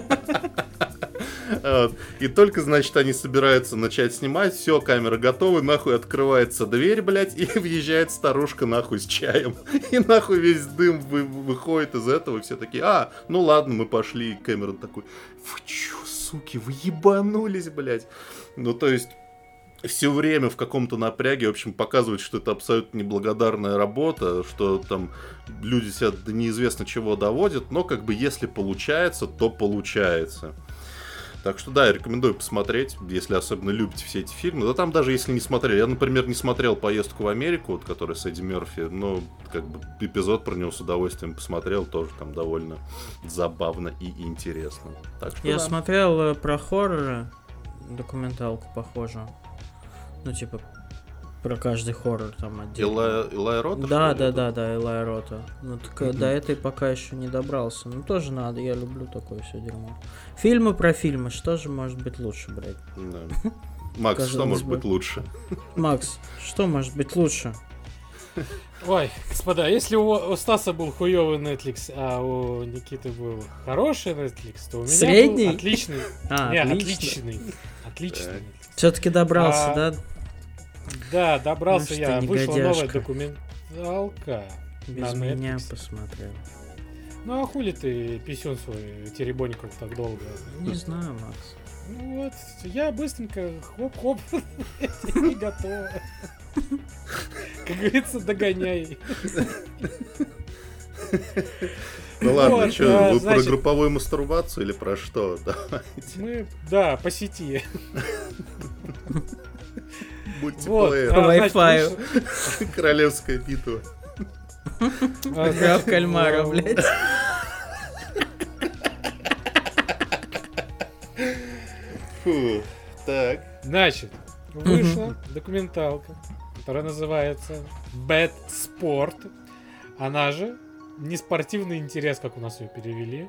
Вот. И только, значит, они собираются начать снимать, все, камера готова, нахуй открывается дверь, блядь, и въезжает старушка, нахуй, с чаем. И нахуй весь дым вы- выходит из этого, и все такие: а, ну ладно, мы пошли. И Кэмерон такой: вы чё, суки, вы ебанулись, блядь. Ну, то есть... все время в каком-то напряге, в общем, показывает, что это абсолютно неблагодарная работа, что там люди себя до неизвестно чего доводят, но как бы если получается, то получается. Так что да, я рекомендую посмотреть, если особенно любите все эти фильмы. Да там даже если не смотрели, я, например, не смотрел «Поездку в Америку», вот, который с Эдди Мерфи, но как бы эпизод про него с удовольствием посмотрел, тоже там довольно забавно и интересно. Так что я да. смотрел э, про хорроры, документалку похожую. Ну, типа, про каждый хоррор там отдельно. Элай Рота? Да, да, да, да, Элай Рота. Ну, так, mm-hmm. до этой пока еще не добрался. Ну, тоже надо, я люблю такое все дерьмо. Фильмы про фильмы, что же может быть лучше, блядь? Да. Макс, что может быть лучше? Макс, что может быть лучше? Ой, господа, если у, у Стаса был хуёвый Netflix, а у Никиты был хороший Netflix, то у меня Средний? был отличный. А, Не, отлично. отличный. Отличный. Все-таки добрался, А, да? Да, добрался Ну, я. что, Вышла новая негодяшка. документалка Без на меня Netflix. посмотрел. Ну а хули ты писюн свой теребонькал так долго? Не знаю, Макс. Ну вот, я быстренько хоп-хоп и готово. Как говорится, догоняй. Ну ладно, Вот, что, а, вы значит- про групповую мастурбацию или про что? Давайте. Мы, да, по сети. Мультиплеер. По а, значит, Wi-Fi. вышло- Королевская битва. а, Игра в значит, кальмара, э, блядь. Фу. Так. Значит, вышла документалка, которая называется Bad Sport. Она же неспортивный интерес, как у нас ее перевели.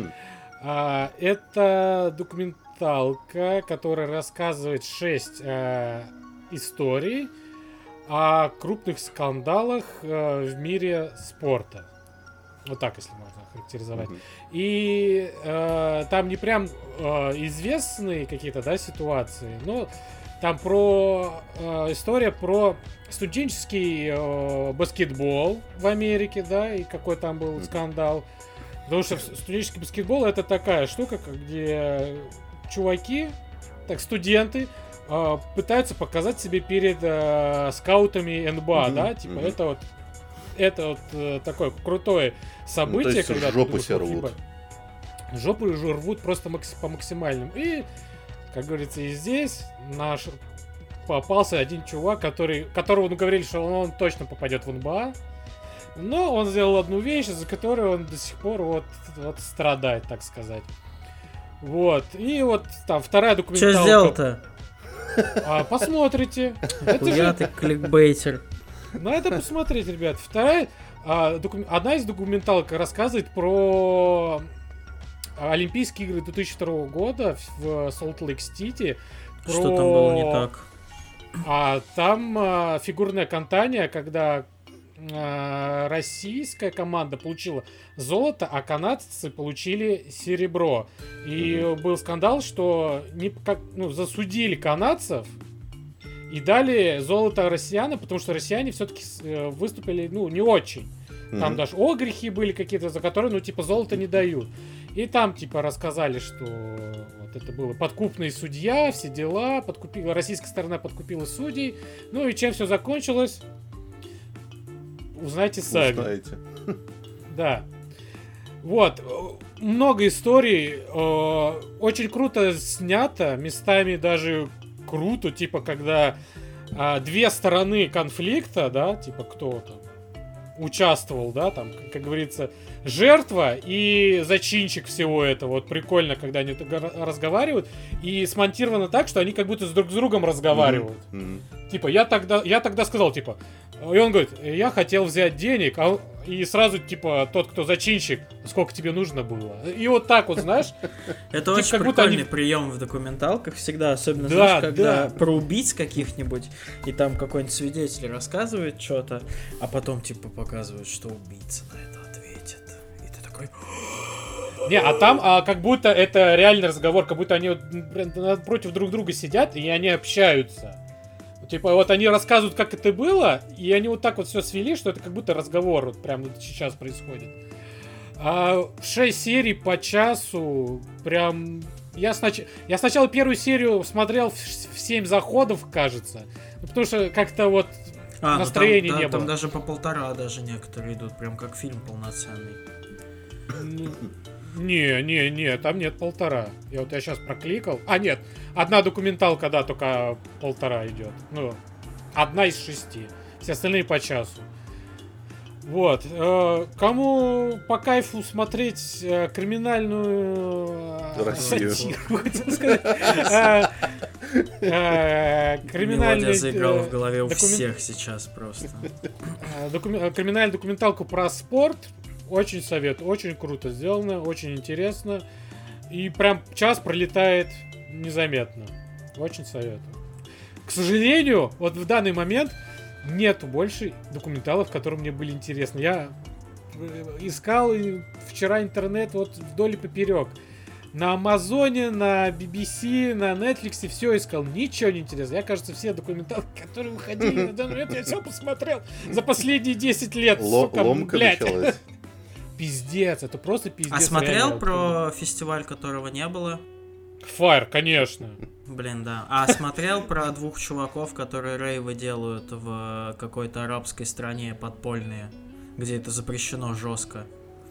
А, это документалка, которая рассказывает шесть э, историй о крупных скандалах э, в мире спорта. Вот так, если можно характеризовать. Мгм. И э, там не прям э, известные какие-то, да, ситуации, но там про э, история про студенческий э, баскетбол в Америке, да, и какой там был Мгм. скандал. Потому что студенческий баскетбол это такая штука, как где чуваки, так студенты, э, пытаются показать себе перед э, скаутами эн бэ а, Мгм, да, типа мгм. это вот это вот э, такое крутое событие, Ну, то есть когда ты жопу думаешь, себе «Ох, рвут». ебать». Жопу же рвут просто макс- по максимальному. И, как говорится, и здесь наш попался один чувак, который, которого ну, говорили, что он, он точно попадет в эн бэ а. Но он сделал одну вещь, за которую он до сих пор вот, вот страдает, так сказать. Вот. И вот там вторая Что документалка. сделал-то? А, посмотрите. Это Хуя же... ты кликбейтер. Надо посмотреть, ребят. Вторая... а, докум- Одна из документалок рассказывает про Олимпийские игры две тысячи второго года в Солт-Лейк-Сити. Что там было не так? А там а, фигурное катание, когда а, российская команда получила золото, а канадцы получили серебро. И был скандал, что не, как, ну, засудили канадцев и дали золото россиянам, потому что россияне все-таки выступили, ну, не очень. Там Мгм. даже огрехи были какие-то, за которые, ну, типа, золото не дают. И там, типа, рассказали, что вот это было подкупный судья, все дела, подкупила, российская сторона подкупила судей. Ну и чем все закончилось, узнайте сами. Узнаете. Да. Вот. э, Много историй. э, Очень круто снято. Местами даже круто. Типа, когда а, две стороны конфликта, да, типа кто-то участвовал, да, там, как, как говорится, жертва и зачинщик всего этого. Вот прикольно, когда они так ра- разговаривают. И смонтировано так, что они как будто с друг с другом разговаривают. Мгм. Типа, я тогда, я тогда сказал, типа, и он говорит, я хотел взять денег, а он- и сразу, типа, тот, кто зачинщик, сколько тебе нужно было. И вот так вот, знаешь, Это Типа, очень как будто прикольный они- прием в документалках всегда, особенно, Да, знаешь, когда да. про убийц каких-нибудь, и там какой-нибудь свидетель рассказывает что-то, а потом, типа, показывают, что убийца на это ответит. И ты такой... не, а там а, как будто это реальный разговор, как будто они вот, блин, напротив друг друга сидят, и они общаются. Типа, вот они рассказывают, как это было, и они вот так вот все свели, что это как будто разговор вот прямо вот сейчас происходит. А шесть серий по часу, прям... Я, снач... я сначала первую серию смотрел в, в семь заходов, кажется. Ну, потому что как-то вот А, ну настроения там, да, не там было. даже по полтора даже некоторые идут, прям как фильм полноценный. Ну, Не, не, не, там нет полтора. Я вот я сейчас прокликал. А, нет, одна документалка, да, только полтора идет. Ну, одна из шести. Все остальные по часу. Вот. э, Кому по кайфу смотреть э, криминальную э, Россию. сатиру, хотел сказать. Э, э, Криминальный... Мелодия заиграла э, в голове у документ- всех сейчас просто. Э, докумен- э, Криминальную документалку про спорт. Очень советую. Очень круто сделано, очень интересно. И прям час пролетает незаметно. Очень советую. К сожалению, вот в данный момент нету больше документалов, которые мне были интересны. Я э, искал и вчера интернет вот вдоль и поперек. На Амазоне, на би би си, на Netflix все искал. Ничего не интересно. Я, кажется, все документалки, которые выходили на данный момент, я все посмотрел за последние десять лет. Ло- Сука, Ломка блядь. началась. пиздец, это просто пиздец. А смотрел реально. про фестиваль, которого не было? Fire, конечно. Блин, да. А смотрел про двух чуваков, которые рейвы делают в какой-то арабской стране подпольные, где это запрещено жестко?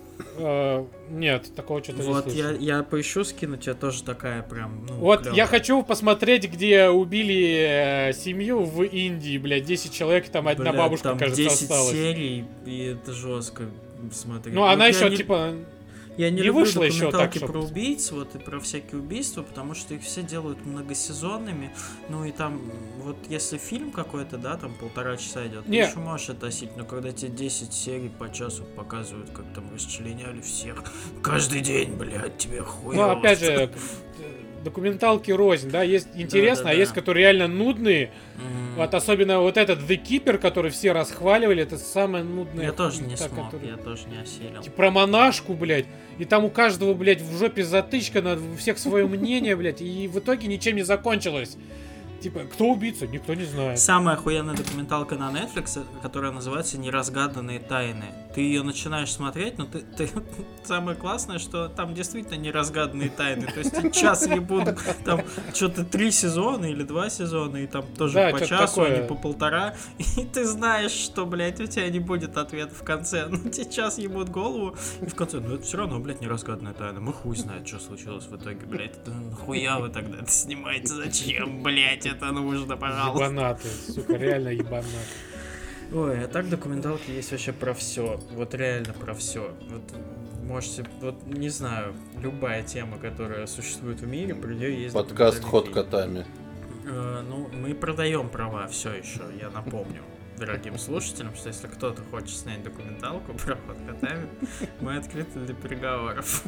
Uh, нет, такого что-то вот не слышал. Вот я, я поищу, скину тебе тоже такая прям, ну, вот клёвая. Я хочу посмотреть, где убили э, семью в Индии, блядь, десять человек, там одна Бля, бабушка, там кажется, десять осталась. серий, и это жестко смотреть. Ну, вот она еще, не... типа... Я не, не люблю вышло еще документалки так, про чтоб... убийц, вот, и про всякие убийства, потому что их все делают многосезонными. Ну и там, вот если фильм какой-то, да, там полтора часа идет, ты еще можешь относить, но когда тебе десять серий по часу показывают, как там расчленяли всех каждый день, блядь, тебе хуёво. Ну, опять же, документалки рознь, да, есть интересно, да, да, а да. есть, которые реально нудные. Mm-hmm. Вот особенно вот этот The Keeper, который все расхваливали, это самое нудное. Я тоже не смог, который... я тоже не осилил. Типа про монашку, блядь, и там у каждого, блядь, в жопе затычка, на у всех свое мнение, блядь, и в итоге ничем не закончилось. Типа, кто убийца, никто не знает. Самая охуенная документалка на Netflix, которая называется «Неразгаданные тайны». Ты ее начинаешь смотреть, но ты, ты... самое классное, что там действительно неразгаданные тайны. То есть час не будут, там что-то три сезона или два сезона, и там тоже да, по часу, а не по полтора. И ты знаешь, что, блядь, у тебя не будет ответа в конце. Ну, тебе час ебут голову, и в конце, ну это все равно, блядь, неразгаданная тайна. Мы хуй знает, что случилось в итоге, блядь. Да нахуя вы тогда это снимаете? Зачем, блядь? Это нужно, пожалуйста. Ебанаты, сука, реально ебанаты. Ой, а так документалки есть вообще про все. Вот реально про все. Вот можете, вот не знаю, любая тема, которая существует в мире, про нее есть. Подкаст Ход Котами. Э, ну, мы продаем права все еще, я напомню дорогим слушателям, что если кто-то хочет снять документалку про Ход Котами, мы открыты для переговоров.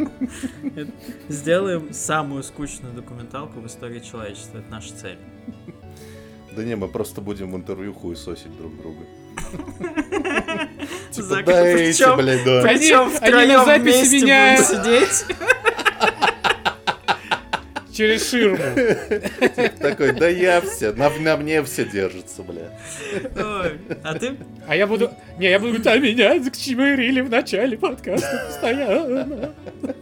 Сделаем самую скучную документалку в истории человечества. Это наша цель. Да не, мы просто будем в интервью хуесосить друг друга. Типа, дайте, блядь, да. Причем втроем вместе будем сидеть. Через ширму. Такой, да я все, на, на мне все держится, бля. Ой, а ты? А я буду... Не, я буду... Да, меня закчмырили в начале подкаста постоянно.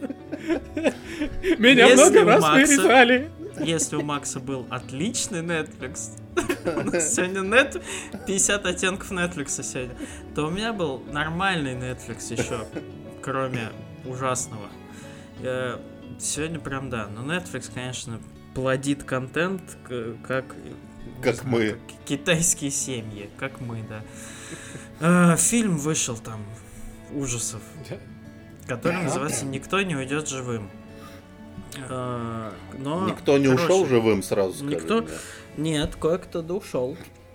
Меня много раз вырезали. Если у Макса был отличный Netflix, у нас сегодня нет пятьдесят оттенков Netflix сегодня, то у меня был нормальный Netflix еще, кроме ужасного. Сегодня прям да, но Netflix, конечно, плодит контент, как... Как знаю, мы. Как китайские семьи, как мы, да. А, фильм вышел там, ужасов, который называется «Никто не уйдет живым». А, но никто не хороший. Ушел живым, сразу скажи. Никто... Нет, кое-кто да ушел.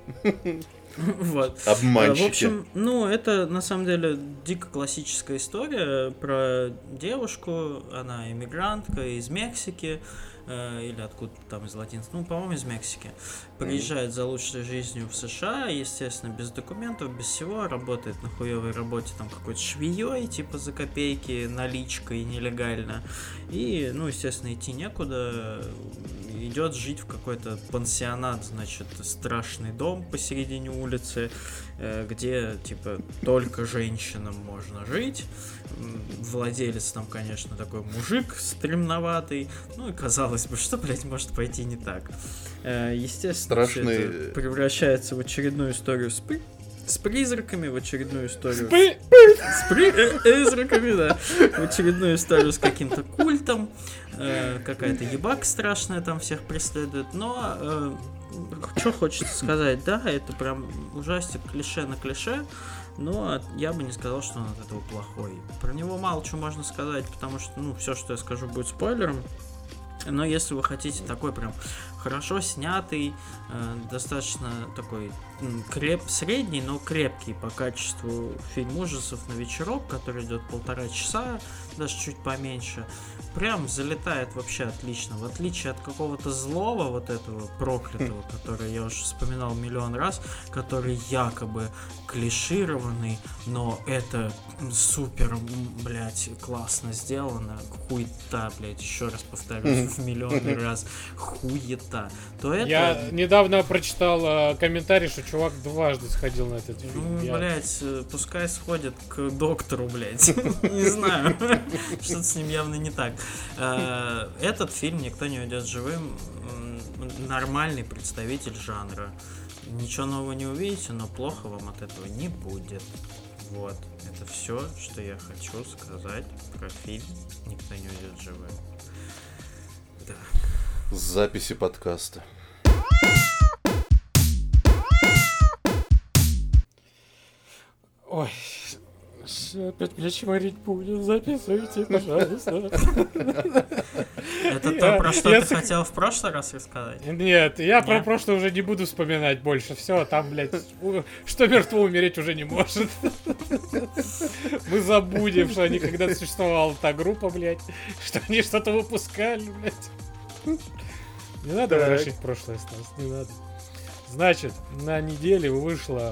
Вот. Обманщики. В общем, ну, это на самом деле дико классическая история про девушку. Она иммигрантка из Мексики. Э, или откуда-то там из Латинской. Ну, по-моему, из Мексики. Приезжает за лучшей жизнью в США. Естественно, без документов, без всего. Работает на хуевой работе там какой-то швеей, типа за копейки, наличкой, нелегально. И, ну, естественно, идти некуда. Идет жить в какой-то пансионат, значит, страшный дом посередине улицы, где, типа, только женщинам можно жить. Владелец там, конечно, такой мужик стремноватый. Ну и казалось бы, что, блядь, может пойти не так. Естественно, страшный... это превращается в очередную историю с, при... с призраками, в очередную историю Спри... с призраками, да, в очередную историю с каким-то культом. Э, какая-то ебака страшная там всех преследует, но э, что хочется сказать, да, это прям ужастик клише на клише, но я бы не сказал, что он от этого плохой. Про него мало чего можно сказать, потому что, ну, все, что я скажу, будет спойлером. Но если вы хотите такой прям хорошо снятый, э, достаточно такой креп, средний, но крепкий по качеству фильм ужасов на вечерок, который идет полтора часа, даже чуть поменьше, прям залетает вообще отлично. В отличие от какого-то злого вот этого проклятого, который я уже вспоминал миллион раз, который якобы клишированный, но это супер, блять, классно сделано. Хуета, блять, еще раз повторюсь в миллионный раз. Хуета места, то это... Я недавно прочитал э, комментарий, что чувак дважды сходил на этот фильм. Ну, Я... блядь, пускай сходит к доктору, блядь. Не знаю. Что-то с ним явно не так. Этот фильм «Никто не уйдет живым» нормальный представитель жанра. Ничего нового не увидите, но плохо вам от этого не будет. Вот. Это все, что я хочу сказать про фильм «Никто не уйдет живым». Да. С записи подкаста. Ой, опять меня чморить будет, записывайте, пожалуйста. Это то, про что ты хотел в прошлый раз рассказать? Нет, я про прошлое уже не буду вспоминать больше. Все, там, блядь, что мертво умереть уже не может. Мы забудем, что они когда-то существовала та группа, блядь, что они что-то выпускали, блядь. Не надо ворошить прошлое, Стас, не надо. Значит, на неделе вышло...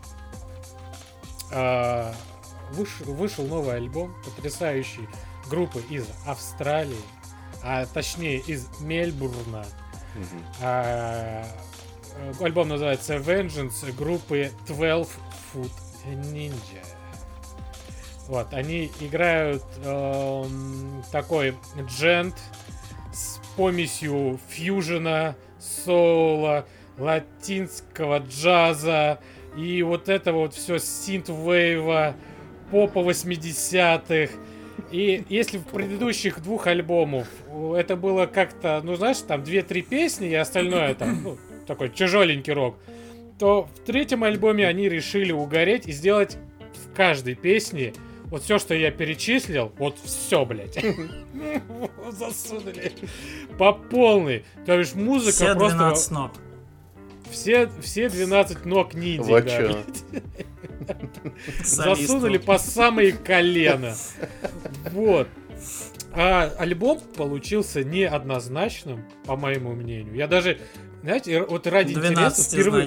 Uh, выш, вышел новый альбом потрясающей группы из Австралии, а точнее из Мельбурна. Mm-hmm. Uh, альбом называется Vengeance группы twelve foot Ninja. Вот, они играют uh, такой джент с помесью фьюжена, соула, латинского джаза. И вот это вот все синт-вейва, попа восьмидесятых. И если в предыдущих двух альбомах это было как-то, ну знаешь, там две-три песни и остальное там, ну, такой тяжеленький рок, то в третьем альбоме они решили угореть и сделать в каждой песне вот все, что я перечислил, вот все, блядь. Засунули. По полной. То есть музыка все просто... двенадцать ног. Все, все двенадцать ног ниндзя, да, засунули по самые колено. Вот. А альбом получился неоднозначным, по моему мнению. Я даже, знаете, вот ради интереса впервые...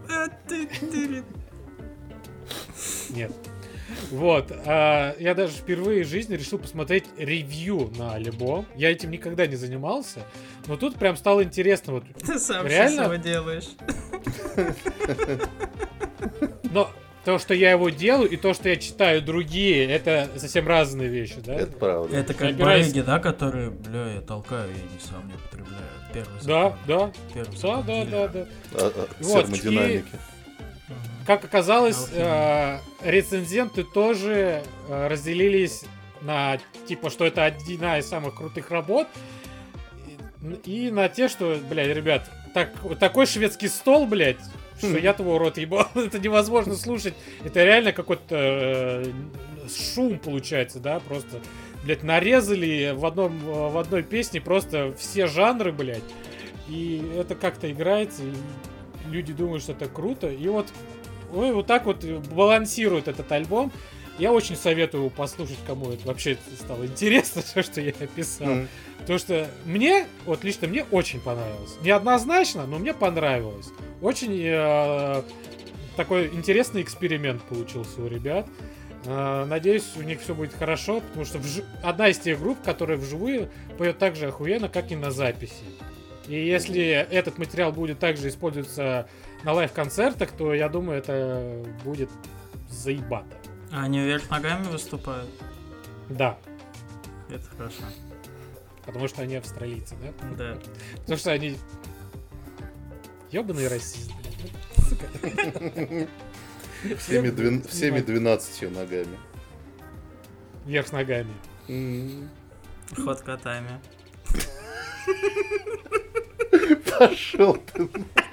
Нет. Вот. А, я даже впервые в жизни решил посмотреть ревью на альбом. Я этим никогда не занимался. Но тут прям стало интересно. Вот, ты сам реально... его делаешь. Но то, что я его делаю, и то, что я читаю другие, это совсем разные вещи, да? Это правда. Это как Опираясь... барыги, да, которые, бля, я толкаю, я не сам не употребляю. Первый да, закон. да, Первый да, закон да, да, да. А, а, Вот, термодинамики. и, как оказалось, э, рецензенты тоже э, разделились на, типа, что это одна из самых крутых работ, и, и на те, что, блядь, ребят, так, такой шведский стол, блядь, что я твой рот ебал, это невозможно слушать. Это реально какой-то э, шум получается, да, просто, блядь, нарезали в, одном, в одной песне просто все жанры, блядь, и это как-то играется, и люди думают, что это круто, и вот, ой, вот так вот балансирует этот альбом. Я очень советую его послушать, кому это вообще стало интересно, все, что я описал. Mm. Потому что мне, вот лично мне очень понравилось. Неоднозначно, но мне понравилось. Очень э, такой интересный эксперимент получился у ребят. Э, надеюсь, у них все будет хорошо, потому что вж... одна из тех групп, которая вживую поет так же охуенно, как и на записи. И если этот материал будет также использоваться на лайв-концертах, то я думаю, это будет заебато. А они вверх ногами выступают? Да. Это хорошо. Потому что они австралийцы, да? Да. Потому что они... Ёбаные расисты, блядь. Всеми, двен... Всеми двенадцатью ногами. Вверх ногами. Mm. Ход котами. Пошел ты.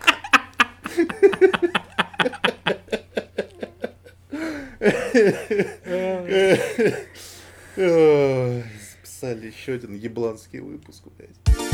Записали еще один ебланский выпуск, блядь.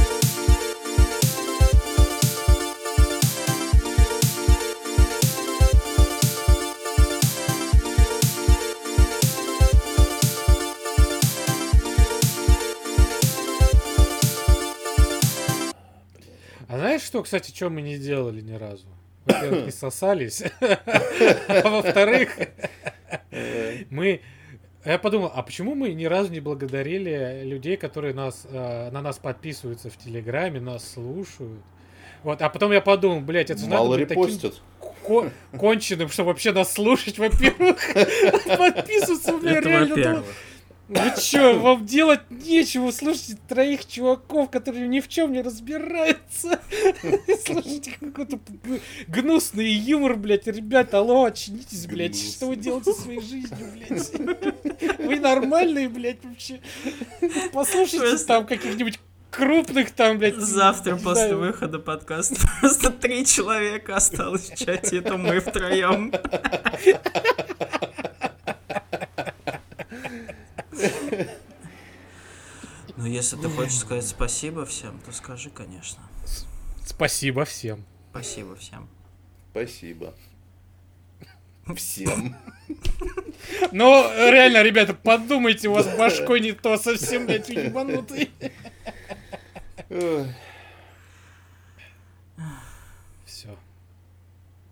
А знаешь что, кстати, что мы не делали ни разу? Во-первых, не сосались. А во-вторых, мы... Я подумал, а почему мы ни разу не благодарили людей, которые нас, на нас подписываются в Телеграме, нас слушают? Вот, а потом я подумал, блядь, это Мало надо быть таким репостят. ко- конченым, чтобы вообще нас слушать, во-первых. Подписываться, бля, Это реально. во-первых. Вы чё, вам делать нечего, слушайте троих чуваков, которые ни в чем не разбираются. Слушайте какой-то гнусный юмор, блядь. Ребята, алло, очнитесь, блядь. Что вы делаете своей жизнью, блядь? Вы нормальные, блядь, вообще. Послушайте там каких-нибудь крупных там, блядь. Завтра после выхода подкаста просто три человека осталось в чате, это мы втроем. Ну, если ты хочешь сказать спасибо всем, то скажи, конечно. Спасибо всем. Спасибо всем. Спасибо. Всем. Ну, реально, ребята, подумайте, у вас башкой не то совсем, блядь, ебанутый. Ой.